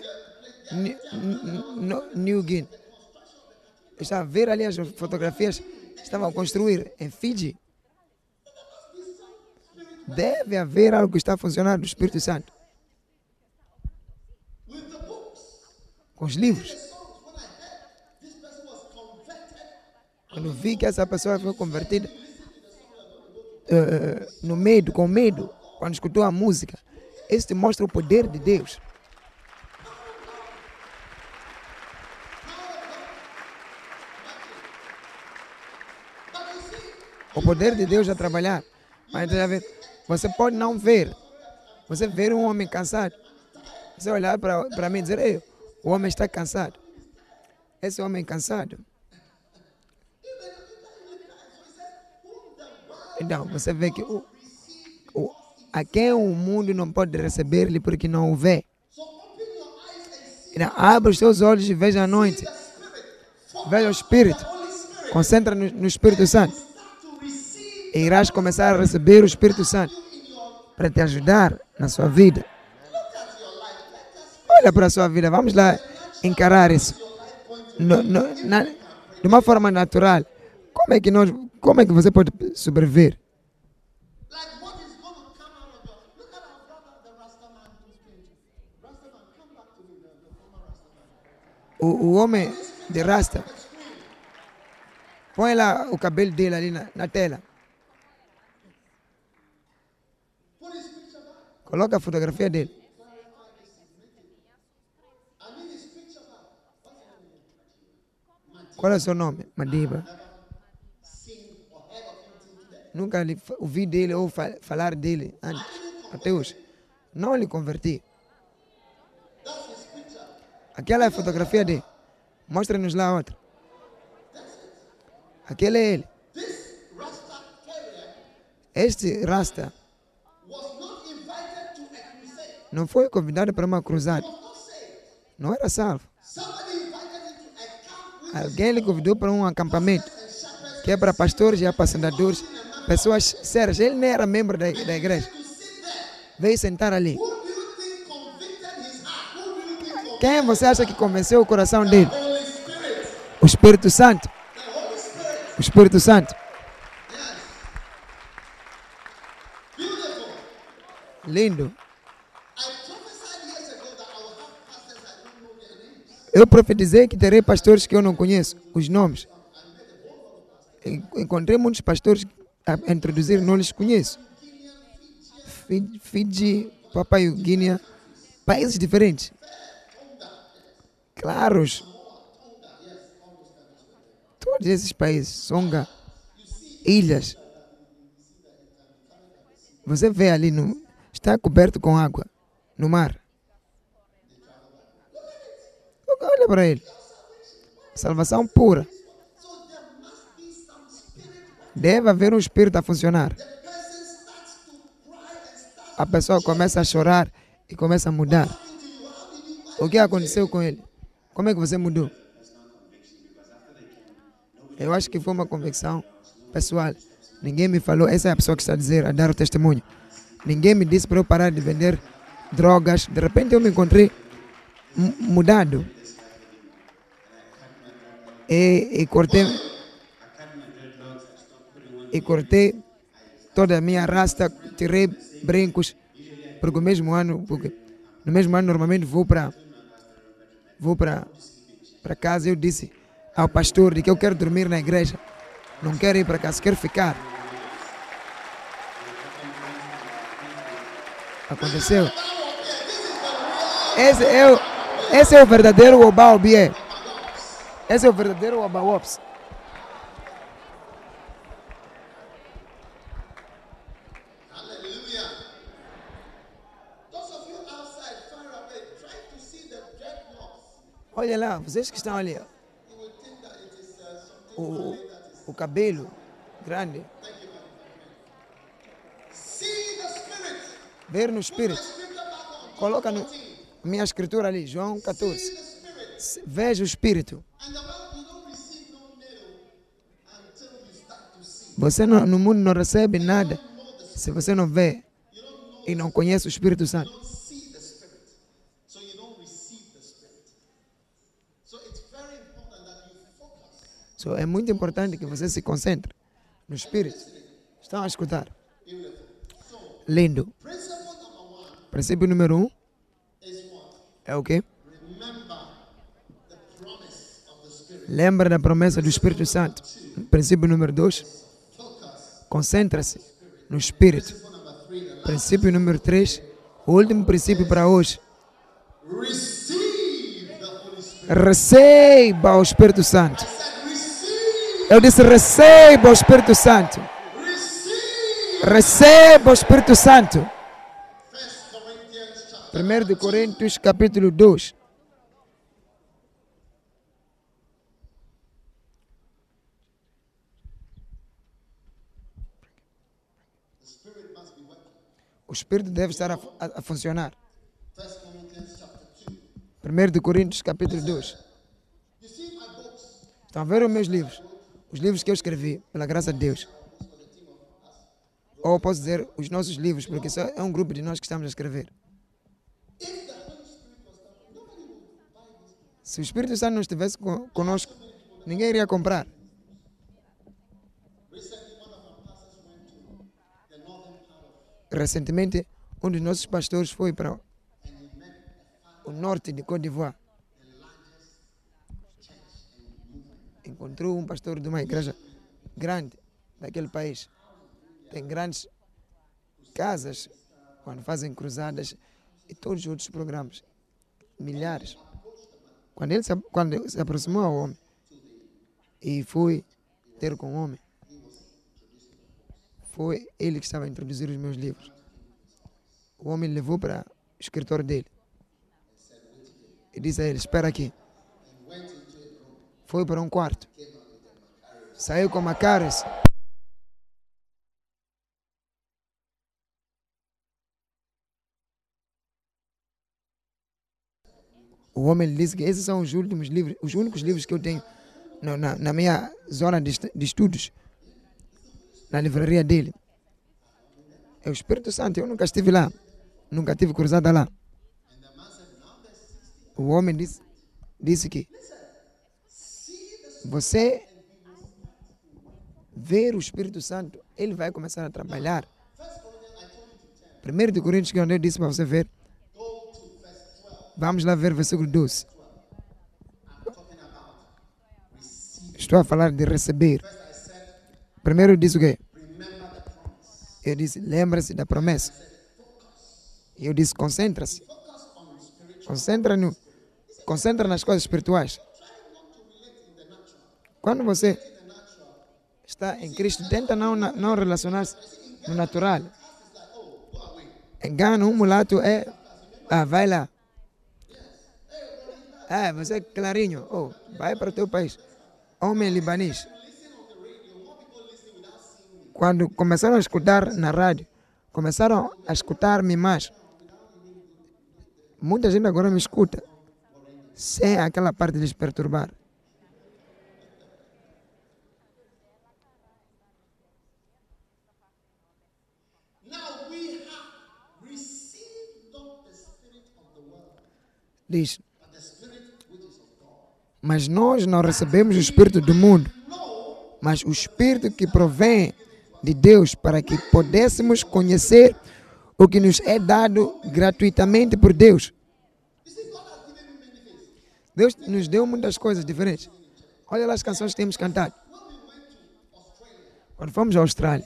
[SPEAKER 2] New Guinea. Está a ver ali as fotografias. Estavam a construir em Fiji. Deve haver algo que está a funcionar do Espírito Santo. Com os livros. Quando vi que essa pessoa foi convertida uh, no medo, com medo, quando escutou a música, isso te mostra o poder de Deus. O poder de Deus a trabalhar. Mas você pode não ver. Você ver um homem cansado. Você olhar para mim e dizer, ei, o homem está cansado. Esse homem cansado. Então, você vê que o, o, a quem o mundo não pode receber-lhe porque não o vê. Então, abra os seus olhos e veja a noite. Veja o Espírito. Concentra no, no Espírito Santo. E irás começar a receber o Espírito Santo para te ajudar na sua vida. Olha para a sua vida, vamos lá encarar isso. No, no, na, de uma forma natural. Como é que nós, como é que você pode sobreviver? O, o homem de Rasta, põe lá o cabelo dele ali na, na tela. Coloca a fotografia dele. Qual é o seu nome? Madiba. Nunca lhe ouvi dele ou fa falar dele antes, até hoje. Não lhe converti. Aquela é a fotografia dele. Mostra-nos lá outra. Aquele é ele. Este Rasta não foi convidado para uma cruzada. Não era salvo. Alguém lhe convidou para um acampamento, que é para pastores e apacentadores, pessoas sérias. Ele nem era membro da, da igreja. Veio sentar ali. Quem você acha que convenceu o coração dele? O Espírito Santo. O Espírito Santo. Lindo. Eu profetizei que terei pastores que eu não conheço, os nomes. Encontrei muitos pastores a introduzir, não lhes conheço. Fiji, Papua Guiné, países diferentes. Claros. Todos esses países, Songa, ilhas. Você vê ali, no, está coberto com água, no mar. Olha para ele. Salvação pura. Deve haver um espírito a funcionar. A pessoa começa a chorar e começa a mudar. O que aconteceu com ele? Como é que você mudou? Eu acho que foi uma convicção pessoal. Ninguém me falou, essa é a pessoa que está a dizer, a dar o testemunho. Ninguém me disse para eu parar de vender drogas. De repente eu me encontrei mudado. E, e cortei e cortei toda a minha rasta, tirei brincos, porque o mesmo ano, porque no mesmo ano normalmente vou para vou para para casa. Eu disse ao pastor de que eu quero dormir na igreja, não quero ir para casa, quero ficar. Aconteceu. Esse é o, esse é o verdadeiro Oba-Obié. Esse é o verdadeiro Oba-Ops. Olha lá, vocês que estão ali. O, o cabelo grande. Ver no Espírito. Coloca no, minha escritura ali, João catorze. Veja o Espírito. Você não, no mundo não recebe nada se você não vê e não conhece o Espírito Santo. So, é muito importante que você se concentre no Espírito. Estão a escutar? Lindo. Princípio número um é o quê? Lembra da promessa do Espírito Santo. Princípio número dois. Concentra-se no Espírito. Princípio número três. O último princípio para hoje. Receba o Espírito Santo. Eu disse, receba o Espírito Santo. Receba o Espírito Santo. primeiro de Coríntios, capítulo dois. O Espírito deve estar a, a, a funcionar. primeiro de Coríntios, capítulo dois. Estão a ver os meus livros? os livros que eu escrevi, pela graça de Deus, ou posso dizer os nossos livros, porque só é um grupo de nós que estamos a escrever. Se o Espírito Santo não estivesse conosco, ninguém iria comprar. Recentemente, um dos nossos pastores foi para o norte de Côte d'Ivoire. Encontrou um pastor de uma igreja grande daquele país. Tem grandes casas, quando fazem cruzadas e todos os outros programas. Milhares. Quando ele se, quando se aproximou ao homem e foi ter com o homem, foi ele que estava a introduzir os meus livros. O homem levou para o escritório dele e disse a ele, espera aqui. Foi para um quarto. Saiu com uma cáries. O homem lhe disse que esses são os últimos livros, os únicos livros que eu tenho na, na, na minha zona de, de estudos, na livraria dele. É o Espírito Santo, eu nunca estive lá, nunca tive cruzada lá. O homem disse, disse que você ver o Espírito Santo, ele vai começar a trabalhar. Primeiro de Coríntios, que eu disse para você ver, vamos lá ver o versículo doze. Estou a falar de receber. Primeiro disse o quê? Eu disse, lembra-se da promessa. E eu disse, concentra-se. Concentra no, concentra nas coisas espirituais. Quando você está em Cristo, tenta não, não relacionar-se no natural. Engana um mulato, é, ah, vai lá. Ah, você é clarinho, oh, vai para o teu país. Homem libanês. Quando começaram a escutar na rádio, começaram a escutar-me mais. Muita gente agora me escuta, sem aquela parte de lhes perturbar. Diz, mas nós não recebemos o Espírito do mundo, mas o Espírito que provém de Deus para que pudéssemos conhecer o que nos é dado gratuitamente por Deus. Deus nos deu muitas coisas diferentes. Olha lá as canções que temos cantado. Quando fomos à Austrália,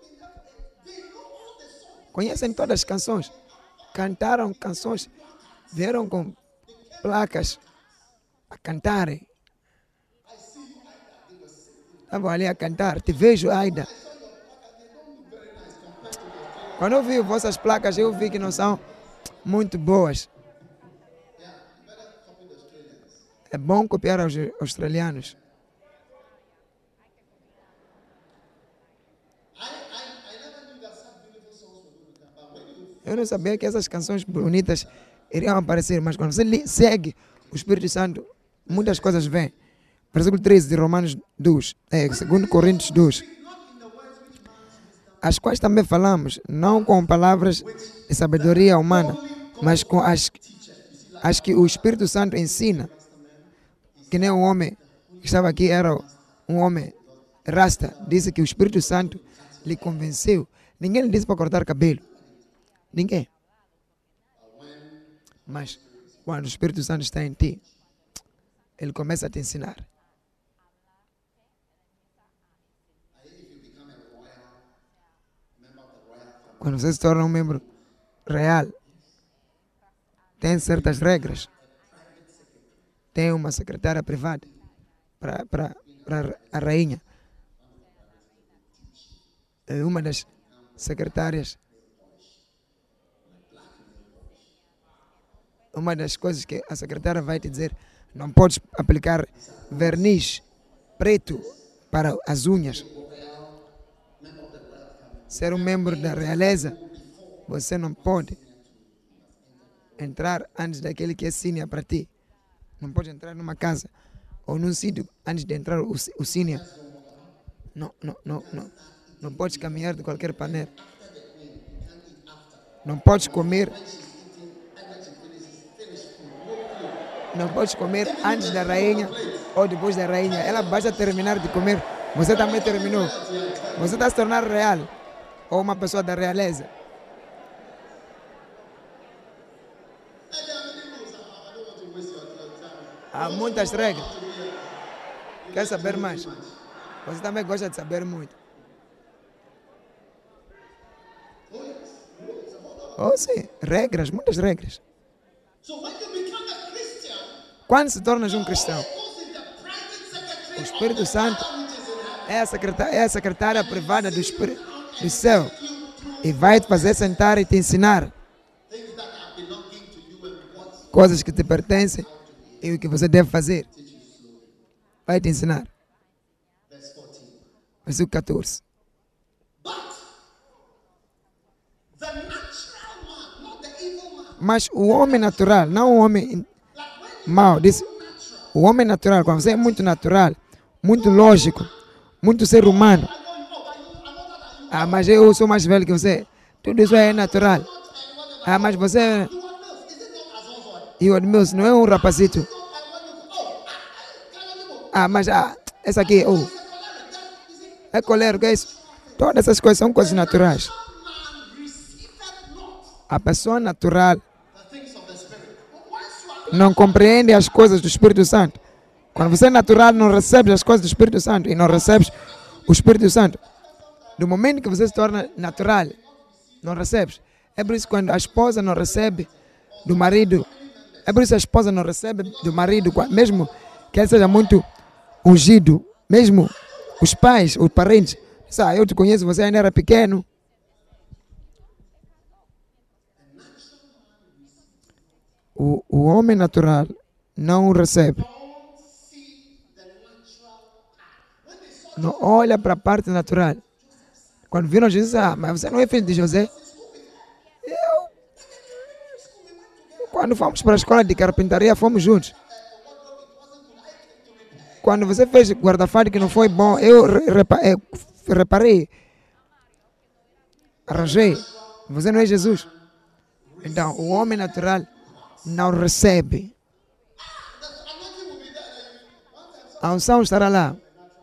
[SPEAKER 2] conhecem todas as canções. Cantaram canções, vieram com placas a cantarem. Estavam ali a cantar. Te vejo, Aida. Quando eu vi vossas placas, eu vi que não são muito boas. É bom copiar os australianos. Eu não sabia que essas canções bonitas iriam aparecer, mas quando você segue o Espírito Santo, muitas coisas vêm. Versículo treze de Romanos dois, é, segundo Coríntios dois. As quais também falamos, não com palavras de sabedoria humana, mas com as, as que o Espírito Santo ensina. Que nem um homem que estava aqui, era um homem rasta, disse que o Espírito Santo lhe convenceu. Ninguém lhe disse para cortar cabelo. Ninguém. Mas quando o Espírito Santo está em ti, ele começa a te ensinar. Quando você se torna um membro real, tem certas regras. Tem uma secretária privada para, para, para a rainha. É uma das secretárias. Uma das coisas que a secretária vai te dizer, não podes aplicar verniz preto para as unhas. Ser um membro da realeza, você não pode entrar antes daquele que é sênior para ti. Não pode entrar numa casa ou num sítio antes de entrar o, o sênior. Não, não, não, não. Não podes caminhar de qualquer maneira. Não podes comer. Não podes comer antes da rainha ou depois da rainha. Ela basta terminar de comer. Você também terminou. Você está se tornando real. Ou uma pessoa da realeza. Há muitas regras. Quer saber mais? Você também gosta de saber muito. Oh, sim. Regras, muitas regras. Quando se tornas um cristão, o Espírito Santo é a secretária, é a secretária privada do, Espírito, do céu e vai te fazer sentar e te ensinar coisas que te pertencem e o que você deve fazer. Vai te ensinar. Versículo catorze. Mas o homem natural, não o homem mau, diz, o homem natural, quando você é muito natural, muito lógico, muito ser humano. Ah, mas eu sou mais velho que você. Tudo isso é natural. Ah, mas você... E o Edmilson não é um rapazito. Ah, mas ah, essa aqui, oh, é colérico, é isso. Todas essas coisas são coisas naturais. A pessoa natural não compreende as coisas do Espírito Santo. Quando você é natural, não recebe as coisas do Espírito Santo e não recebes o Espírito Santo. Do momento que você se torna natural, não recebes. É por isso que quando a esposa não recebe do marido, é por isso que a esposa não recebe do marido, mesmo que ele seja muito ungido, mesmo os pais, os parentes, ah, eu te conheço, você ainda era pequeno. O, o homem natural não o recebe. Não olha para a parte natural. Quando viram Jesus, ah, mas você não é filho de José? Eu. Quando fomos para a escola de carpintaria, fomos juntos. Quando você fez guarda-fato que não foi bom, eu reparei, reparei, arranjei. Você não é Jesus. Então, o homem natural não recebe. A unção estará lá.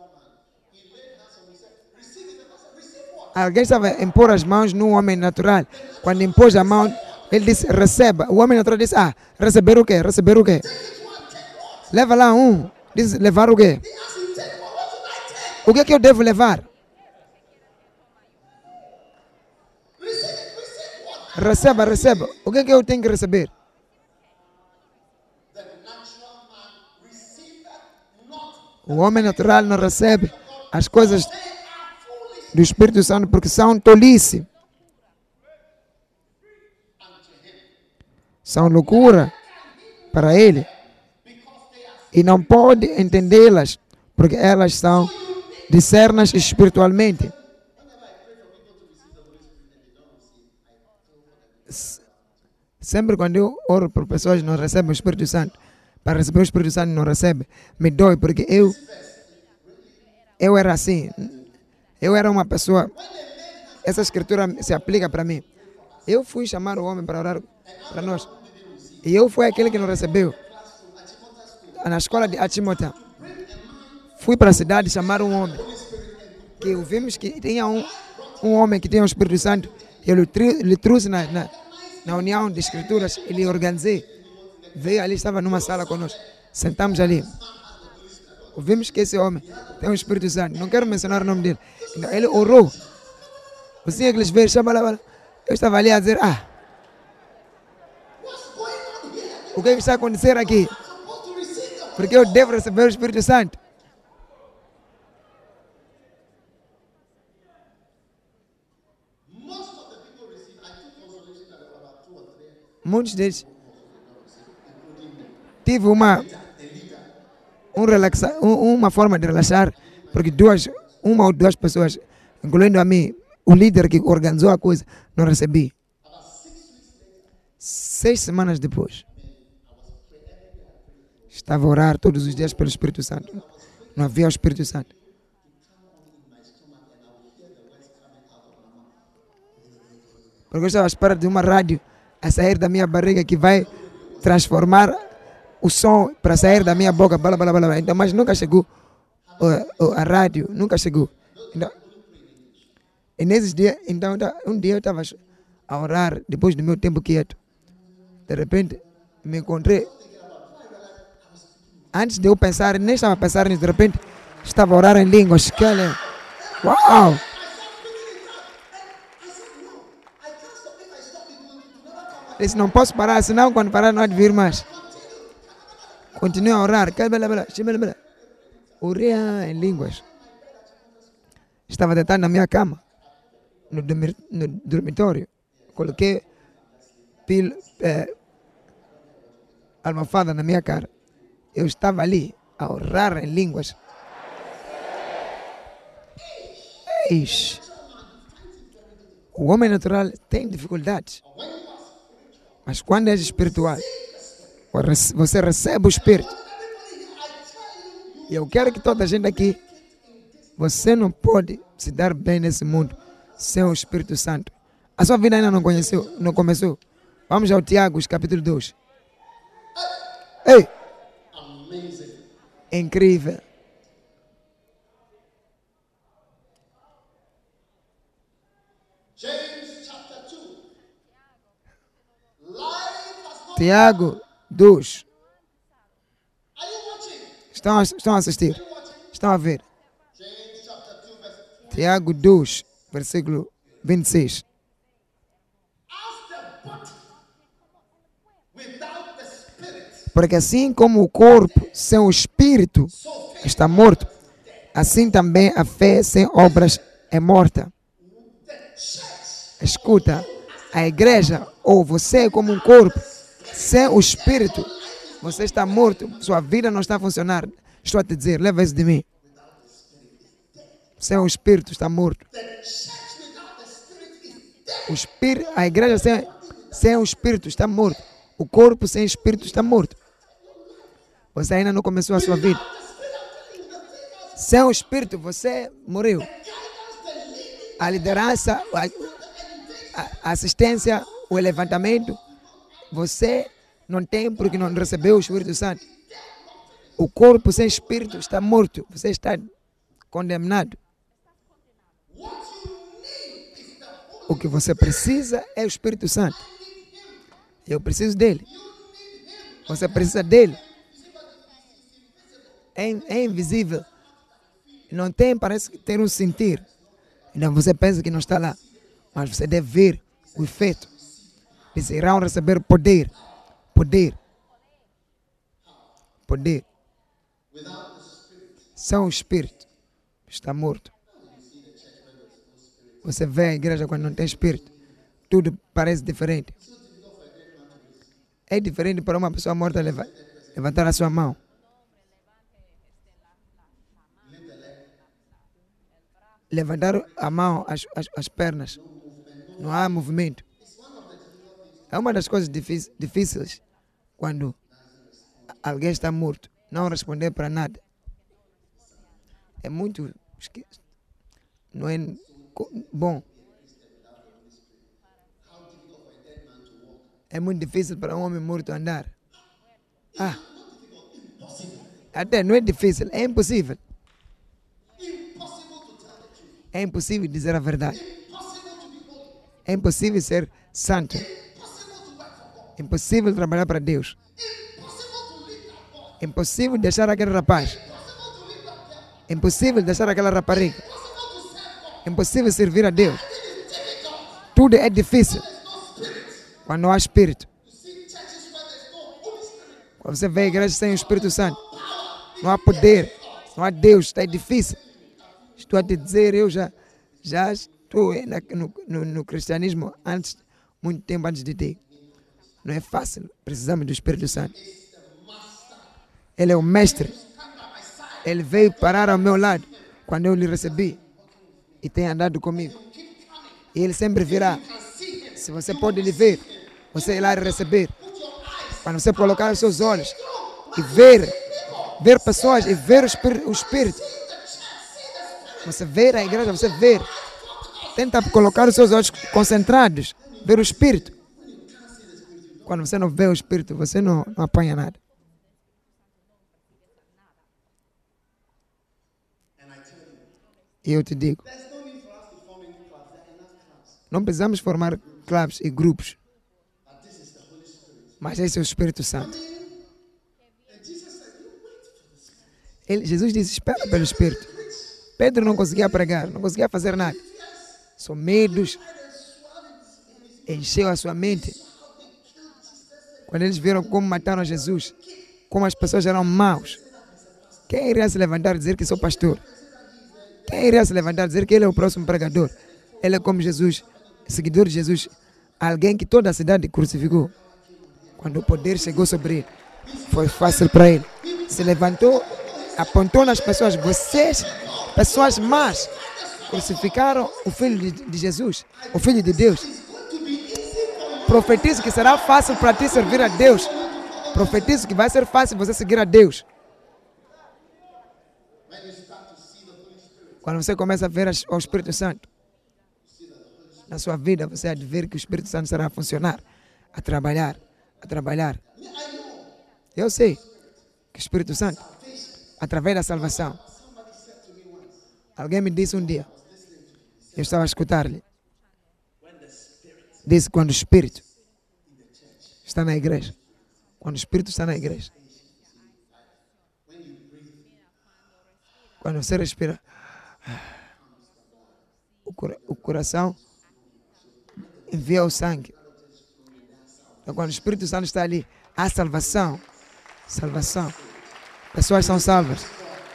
[SPEAKER 2] Alguém estava a impor as mãos no homem natural. Quando impôs a mão, ele disse, receba. O homem natural disse, ah, receber o quê? Receber o quê? Leva lá um. Diz, levar o quê? O que é que eu devo levar? Receba, receba. O que é que eu tenho que receber? O homem natural não recebe as coisas do Espírito Santo porque são tolice. São loucura para ele. E não pode entendê-las porque elas são discernas espiritualmente. Sempre quando eu oro por pessoas que não recebem o Espírito Santo, para receber o Espírito Santo não recebe, me dói porque eu, eu era assim. Eu era uma pessoa, essa escritura se aplica para mim. Eu fui chamar o homem para orar para nós. E eu fui aquele que não recebeu. Na escola de Atimota. Fui para a cidade chamar um homem. Que ouvimos que tinha um, um homem que tinha o Espírito Santo. Eu lhe trouxe na, na, na união de escrituras. Ele organizei. Veio ali, estava numa sala conosco. Sentamos ali. Ouvimos que esse homem tem o Espírito Santo. Não quero mencionar o nome dele. Então, ele orou. Você é que eles veem, chama lá. Eu estava ali a dizer, ah, o que, é que está acontecendo aqui? Porque eu devo receber o Espírito Santo. Muitos deles tive uma um relaxa, um, uma forma de relaxar, porque duas, uma ou duas pessoas, incluindo a mim, o líder que organizou a coisa, não recebi. Seis semanas depois, estava a orar todos os dias pelo Espírito Santo. Não havia o Espírito Santo. Porque eu estava à espera de uma rádio a sair da minha barriga que vai transformar o som para sair da minha boca. Blá, blá, blá, blá. Então, mas nunca chegou. Uh, a rádio nunca chegou. Então, e nesses dias, então, um dia eu estava a orar depois do meu tempo quieto. De repente, me encontrei. Antes de eu pensar, nem estava a pensar nisso, de repente, estava a orar em línguas. Que olha, uau! Eu disse, não posso parar, senão quando parar não há de vir mais. Continuei a orar. Orei em línguas. Estava deitado na minha cama, no, dormir, no dormitório. Coloquei pil, eh, almofada na minha cara. Eu estava ali a orar em línguas. Eish. O homem natural tem dificuldades. Mas quando és espiritual, você recebe o Espírito. E eu quero que toda a gente aqui, você não pode se dar bem nesse mundo sem o Espírito Santo. A sua vida ainda não conheceu, não começou. Vamos ao Tiago, capítulo dois. Ei! Incrível. Tiago dois. Estão a, estão a assistir? Estão a ver? Tiago dois, versículo vinte e seis. Porque assim como o corpo sem o espírito está morto, assim também a fé sem obras é morta. Escuta, a igreja ou você como um corpo sem o espírito, você está morto, sua vida não está a funcionar. Estou a te dizer, leva isso de mim. Sem o espírito está morto. O espírito, a igreja sem, sem o espírito está morto. O corpo sem espírito está morto. Você ainda não começou a sua vida. Sem o espírito você morreu. A liderança, a, a assistência, o levantamento, você não tem porque não recebeu o Espírito Santo. O corpo sem espírito está morto. Você está condenado. O que você precisa é o Espírito Santo. Eu preciso dele. Você precisa dele. É, é invisível. Não tem, parece ter um sentir. Então você pensa que não está lá. Mas você deve ver o efeito. Eles irão receber poder. Poder. Poder. Sem o Espírito está morto. Você vê a igreja quando não tem Espírito. Tudo parece diferente. É diferente para uma pessoa morta levantar a sua mão. Levantar a mão, as, as, as pernas. Não há movimento. É uma das coisas difíceis, difíceis quando alguém está morto. Não responder para nada. É muito... Não é bom. É muito difícil para um homem morto andar. Ah. Até não é difícil, é impossível. É impossível dizer a verdade. É impossível ser santo. É impossível trabalhar para Deus. É impossível deixar aquele rapaz. É impossível deixar aquela rapariga. É impossível servir a Deus. Tudo é difícil quando não há Espírito. Quando você vê a igreja sem o Espírito Santo, não há poder, não há Deus, está difícil. Estou a te dizer, eu já, já estou no, no, no cristianismo antes, muito tempo antes de ti. Não é fácil, precisamos do Espírito Santo. Ele é o mestre. Ele veio parar ao meu lado quando eu lhe recebi e tem andado comigo. E ele sempre virá. Se você pode lhe ver, você irá receber. Quando você colocar os seus olhos e ver, ver pessoas e ver o Espírito, o Espírito. Você ver a igreja, você ver. Tenta colocar os seus olhos concentrados ver o Espírito. Quando você não vê o Espírito, você não, não apanha nada. E eu te digo, não precisamos formar clubes e grupos, mas esse é o Espírito Santo. Ele, Jesus disse, espera pelo Espírito. Pedro não conseguia pregar, não conseguia fazer nada. Só medos encheu a sua mente. Quando eles viram como mataram Jesus, como as pessoas eram maus, quem iria se levantar e dizer que sou pastor? Quem iria se levantar e dizer que ele é o próximo pregador? Ele é como Jesus, seguidor de Jesus, alguém que toda a cidade crucificou. Quando o poder chegou sobre ele, foi fácil para ele. Se levantou, apontou nas pessoas, vocês, pessoas más, crucificaram o Filho de, de Jesus, o Filho de Deus. Profetizo que será fácil para ti servir a Deus. Profetizo que vai ser fácil você seguir a Deus. Quando você começa a ver o Espírito Santo na sua vida, você há de ver que o Espírito Santo será a funcionar, a trabalhar, a trabalhar. Eu sei que o Espírito Santo, através da salvação, alguém me disse um dia, eu estava a escutar-lhe, disse quando o Espírito está na igreja, quando o Espírito está na igreja, quando você respira, o, cora o coração envia o sangue. Então, quando o Espírito Santo está ali, há salvação. Salvação. Pessoas são salvas.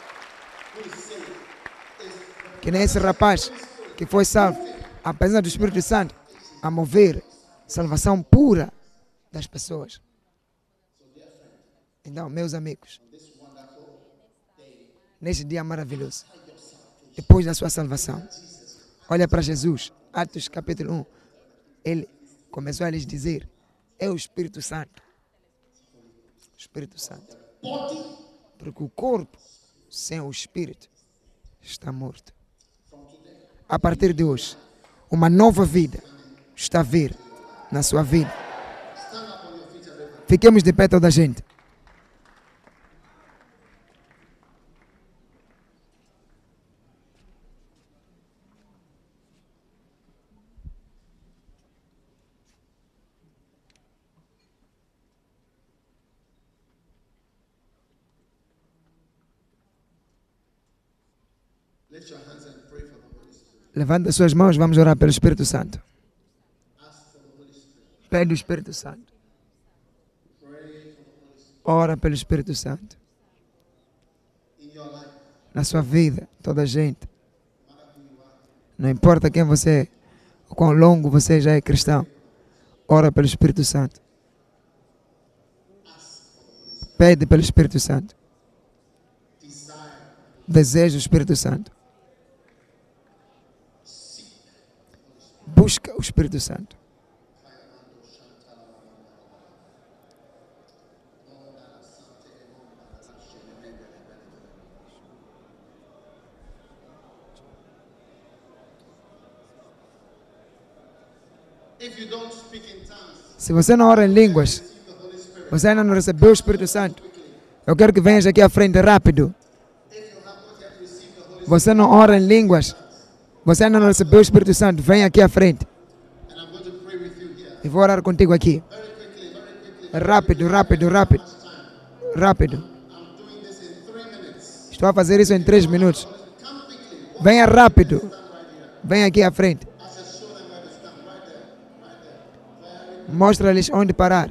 [SPEAKER 2] Que nem esse rapaz que foi salvo, a presença do Espírito Santo a mover salvação pura das pessoas. Então, meus amigos, neste dia maravilhoso, depois da sua salvação, olha para Jesus, Atos capítulo um, ele começou a lhes dizer, é o Espírito Santo. O Espírito Santo. Porque o corpo sem o Espírito está morto. A partir de hoje, uma nova vida está a vir na sua vida. Fiquemos de pé toda a gente. Levanta suas mãos, vamos orar pelo Espírito Santo. Pede o Espírito Santo. Ora pelo Espírito Santo. Na sua vida, toda a gente. Não importa quem você é, ou quão longo você já é cristão. Ora pelo Espírito Santo. Pede pelo Espírito Santo. Deseja o Espírito Santo. Busca o Espírito Santo. Se você não ora em línguas, você ainda não recebeu o Espírito Santo, eu quero que venhas aqui à frente rápido. Você não ora em línguas, você ainda não recebeu o Espírito Santo, vem aqui à frente. E vou orar contigo aqui. Rápido, rápido, rápido. Rápido. Estou a fazer isso em três minutos. Venha rápido. Vem aqui à frente. Mostra-lhes onde parar.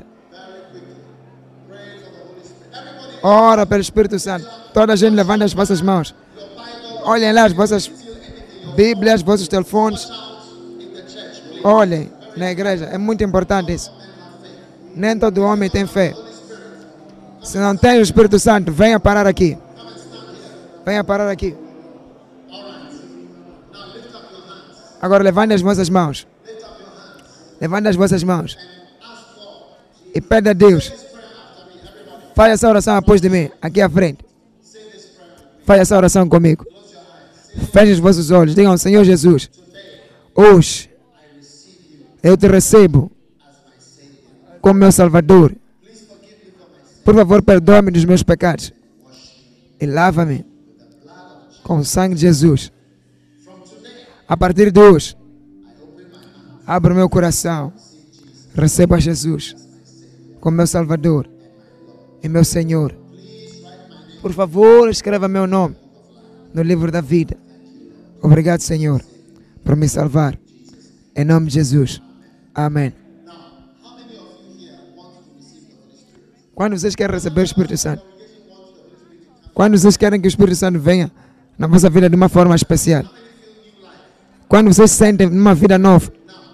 [SPEAKER 2] Ora pelo Espírito Santo. Toda a gente levanta as vossas mãos. Olhem lá as vossas Bíblias, vossos telefones. Olhem na igreja. É muito importante isso. Nem todo homem tem fé. Se não tem o Espírito Santo, venha parar aqui. Venha parar aqui. Agora levante as vossas mãos. Levante as vossas mãos. E pede a Deus. Faz essa oração após de mim, aqui à frente. Faz essa oração comigo. Feche os vossos olhos. Digam, Senhor Jesus, hoje Eu te recebo como meu Salvador. Por favor, perdoa-me dos meus pecados e lava-me com o sangue de Jesus. A partir de hoje, abro meu coração, receba Jesus como meu Salvador e meu Senhor. Por favor, escreva meu nome no livro da vida. Obrigado, Senhor, por me salvar. Em nome de Jesus. Amém. Quando vocês querem receber o Espírito Santo? Quando vocês querem que o Espírito Santo venha na vossa vida de uma forma especial? Quando vocês se sentem numa vida nova?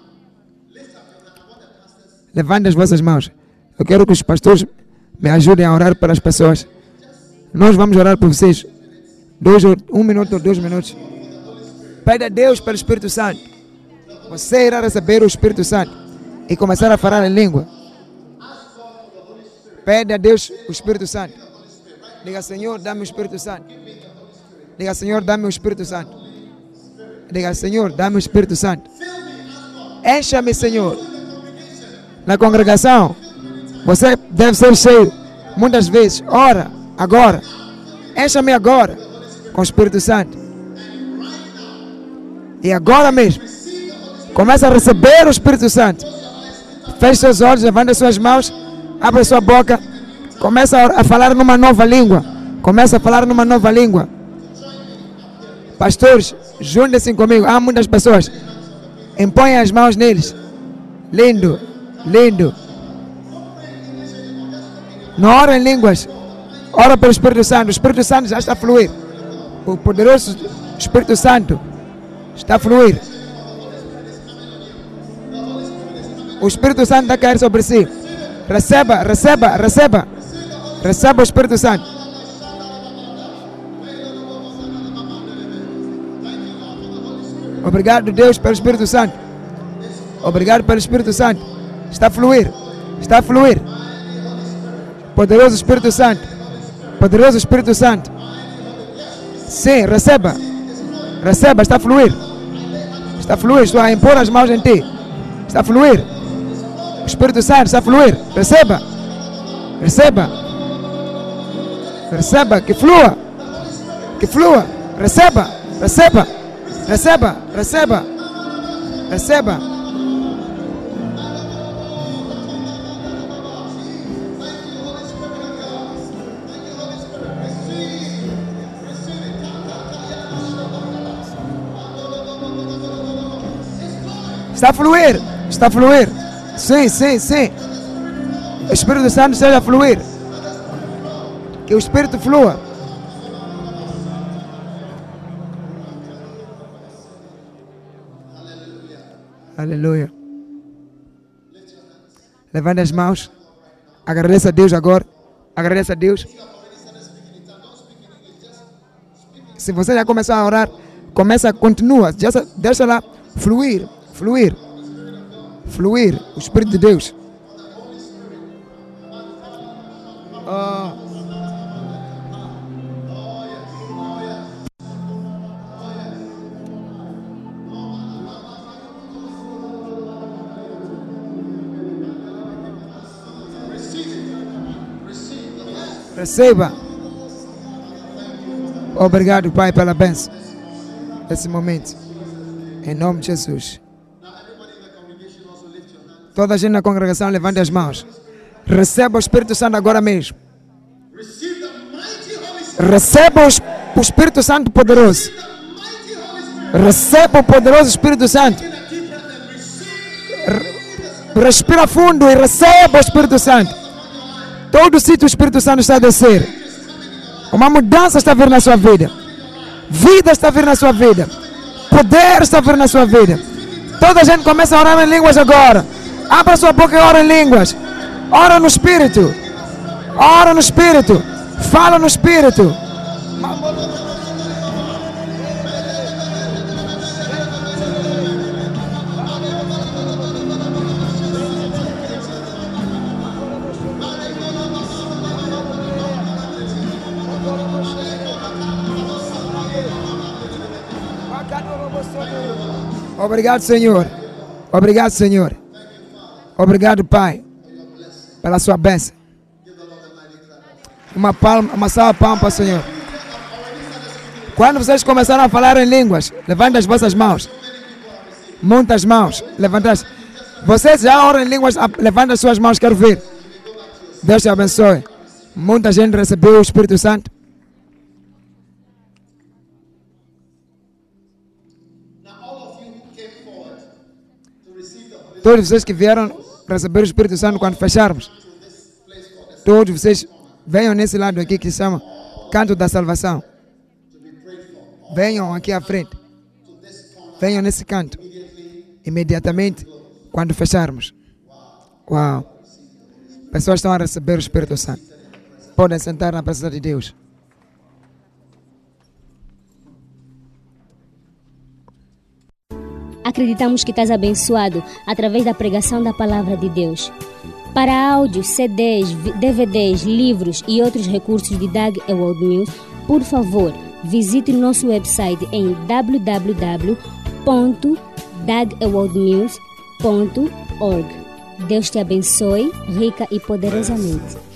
[SPEAKER 2] Levantem as vossas mãos. Eu quero que os pastores me ajudem a orar pelas pessoas. Nós vamos orar por vocês. Dois, um minuto ou dois minutos. Pede a Deus pelo Espírito Santo. Você irá receber o Espírito Santo e começar a falar em língua. Pede a Deus o Espírito Santo. Diga, Senhor, dá-me o Espírito Santo. Diga, Senhor, dá-me o Espírito Santo. Diga, Senhor, dá-me o Espírito Santo. Encha-me, Senhor. Na congregação, você deve ser cheio muitas vezes. Ora, agora. Encha-me agora com o Espírito Santo. E agora mesmo, começa a receber o Espírito Santo. Feche seus olhos, levanta suas mãos, abre sua boca, começa a falar numa nova língua. Começa a falar numa nova língua. Pastores, juntem-se comigo. Há muitas pessoas. Impõem as mãos neles. Lindo, lindo. Não ora em línguas. Ora pelo Espírito Santo. O Espírito Santo já está a fluir. O poderoso Espírito Santo está a fluir. O Espírito Santo está a cair sobre si. Receba, receba, receba. Receba o Espírito Santo. Obrigado, Deus, pelo Espírito Santo. Obrigado pelo Espírito Santo. Está a fluir. Está a fluir. Poderoso Espírito Santo. Poderoso Espírito Santo. Sim, receba. Receba, está a fluir. Está a fluir. Estou a impor as mãos em ti. Está a fluir. O Espírito Santo está a fluir. Receba. Receba. Receba. Que flua. Que flua. Receba. Receba. Receba. Receba. Receba. Está a fluir. Está a fluir. Sim, sim, sim. O Espírito Santo esteja a fluir. Que o Espírito flua. Aleluia. Levante as mãos. Agradeça a Deus agora. Agradeça a Deus. Se você já começou a orar, começa, continua. Deixa, deixa lá fluir. Fluir. Fluir. O Espírito de Deus. Oh. Receba. Obrigado, Pai, pela bênção desse momento. Em nome de Jesus. Toda a gente na congregação, levante as mãos. Receba o Espírito Santo agora mesmo. Receba o Espírito Santo poderoso. Receba o poderoso Espírito Santo. Respira fundo e receba o Espírito Santo. Todo sítio o Espírito Santo está a descer. Uma mudança está a vir na sua vida. Vida está a vir na sua vida. Poder está a vir na sua vida. Toda a gente começa a orar em línguas agora. Abra sua boca e ora em línguas. Ora no Espírito. Ora no Espírito. Fala no Espírito. Obrigado, Senhor. Obrigado, Senhor. Obrigado, Pai, pela sua bênção. Uma palma, uma salva de palmas para o Senhor. Quando vocês começaram a falar em línguas, levantem as vossas mãos. Muitas mãos. Levantem. Vocês já oram em línguas, levantem as suas mãos, quero ver. Deus te abençoe. Muita gente recebeu o Espírito Santo. Todos vocês que vieram receber o Espírito Santo quando fecharmos. Todos vocês venham nesse lado aqui que se chama Canto da Salvação. Venham aqui à frente. Venham nesse canto. Imediatamente quando fecharmos. Uau. Pessoas estão a receber o Espírito Santo. Podem sentar na presença de Deus.
[SPEAKER 3] Acreditamos que estás abençoado através da pregação da Palavra de Deus. Para áudios, C Ds, D V Ds, livros e outros recursos de Doug Ewald Mills, por favor, visite nosso website em w w w ponto doug ewald mills ponto org. Deus te abençoe rica e poderosamente.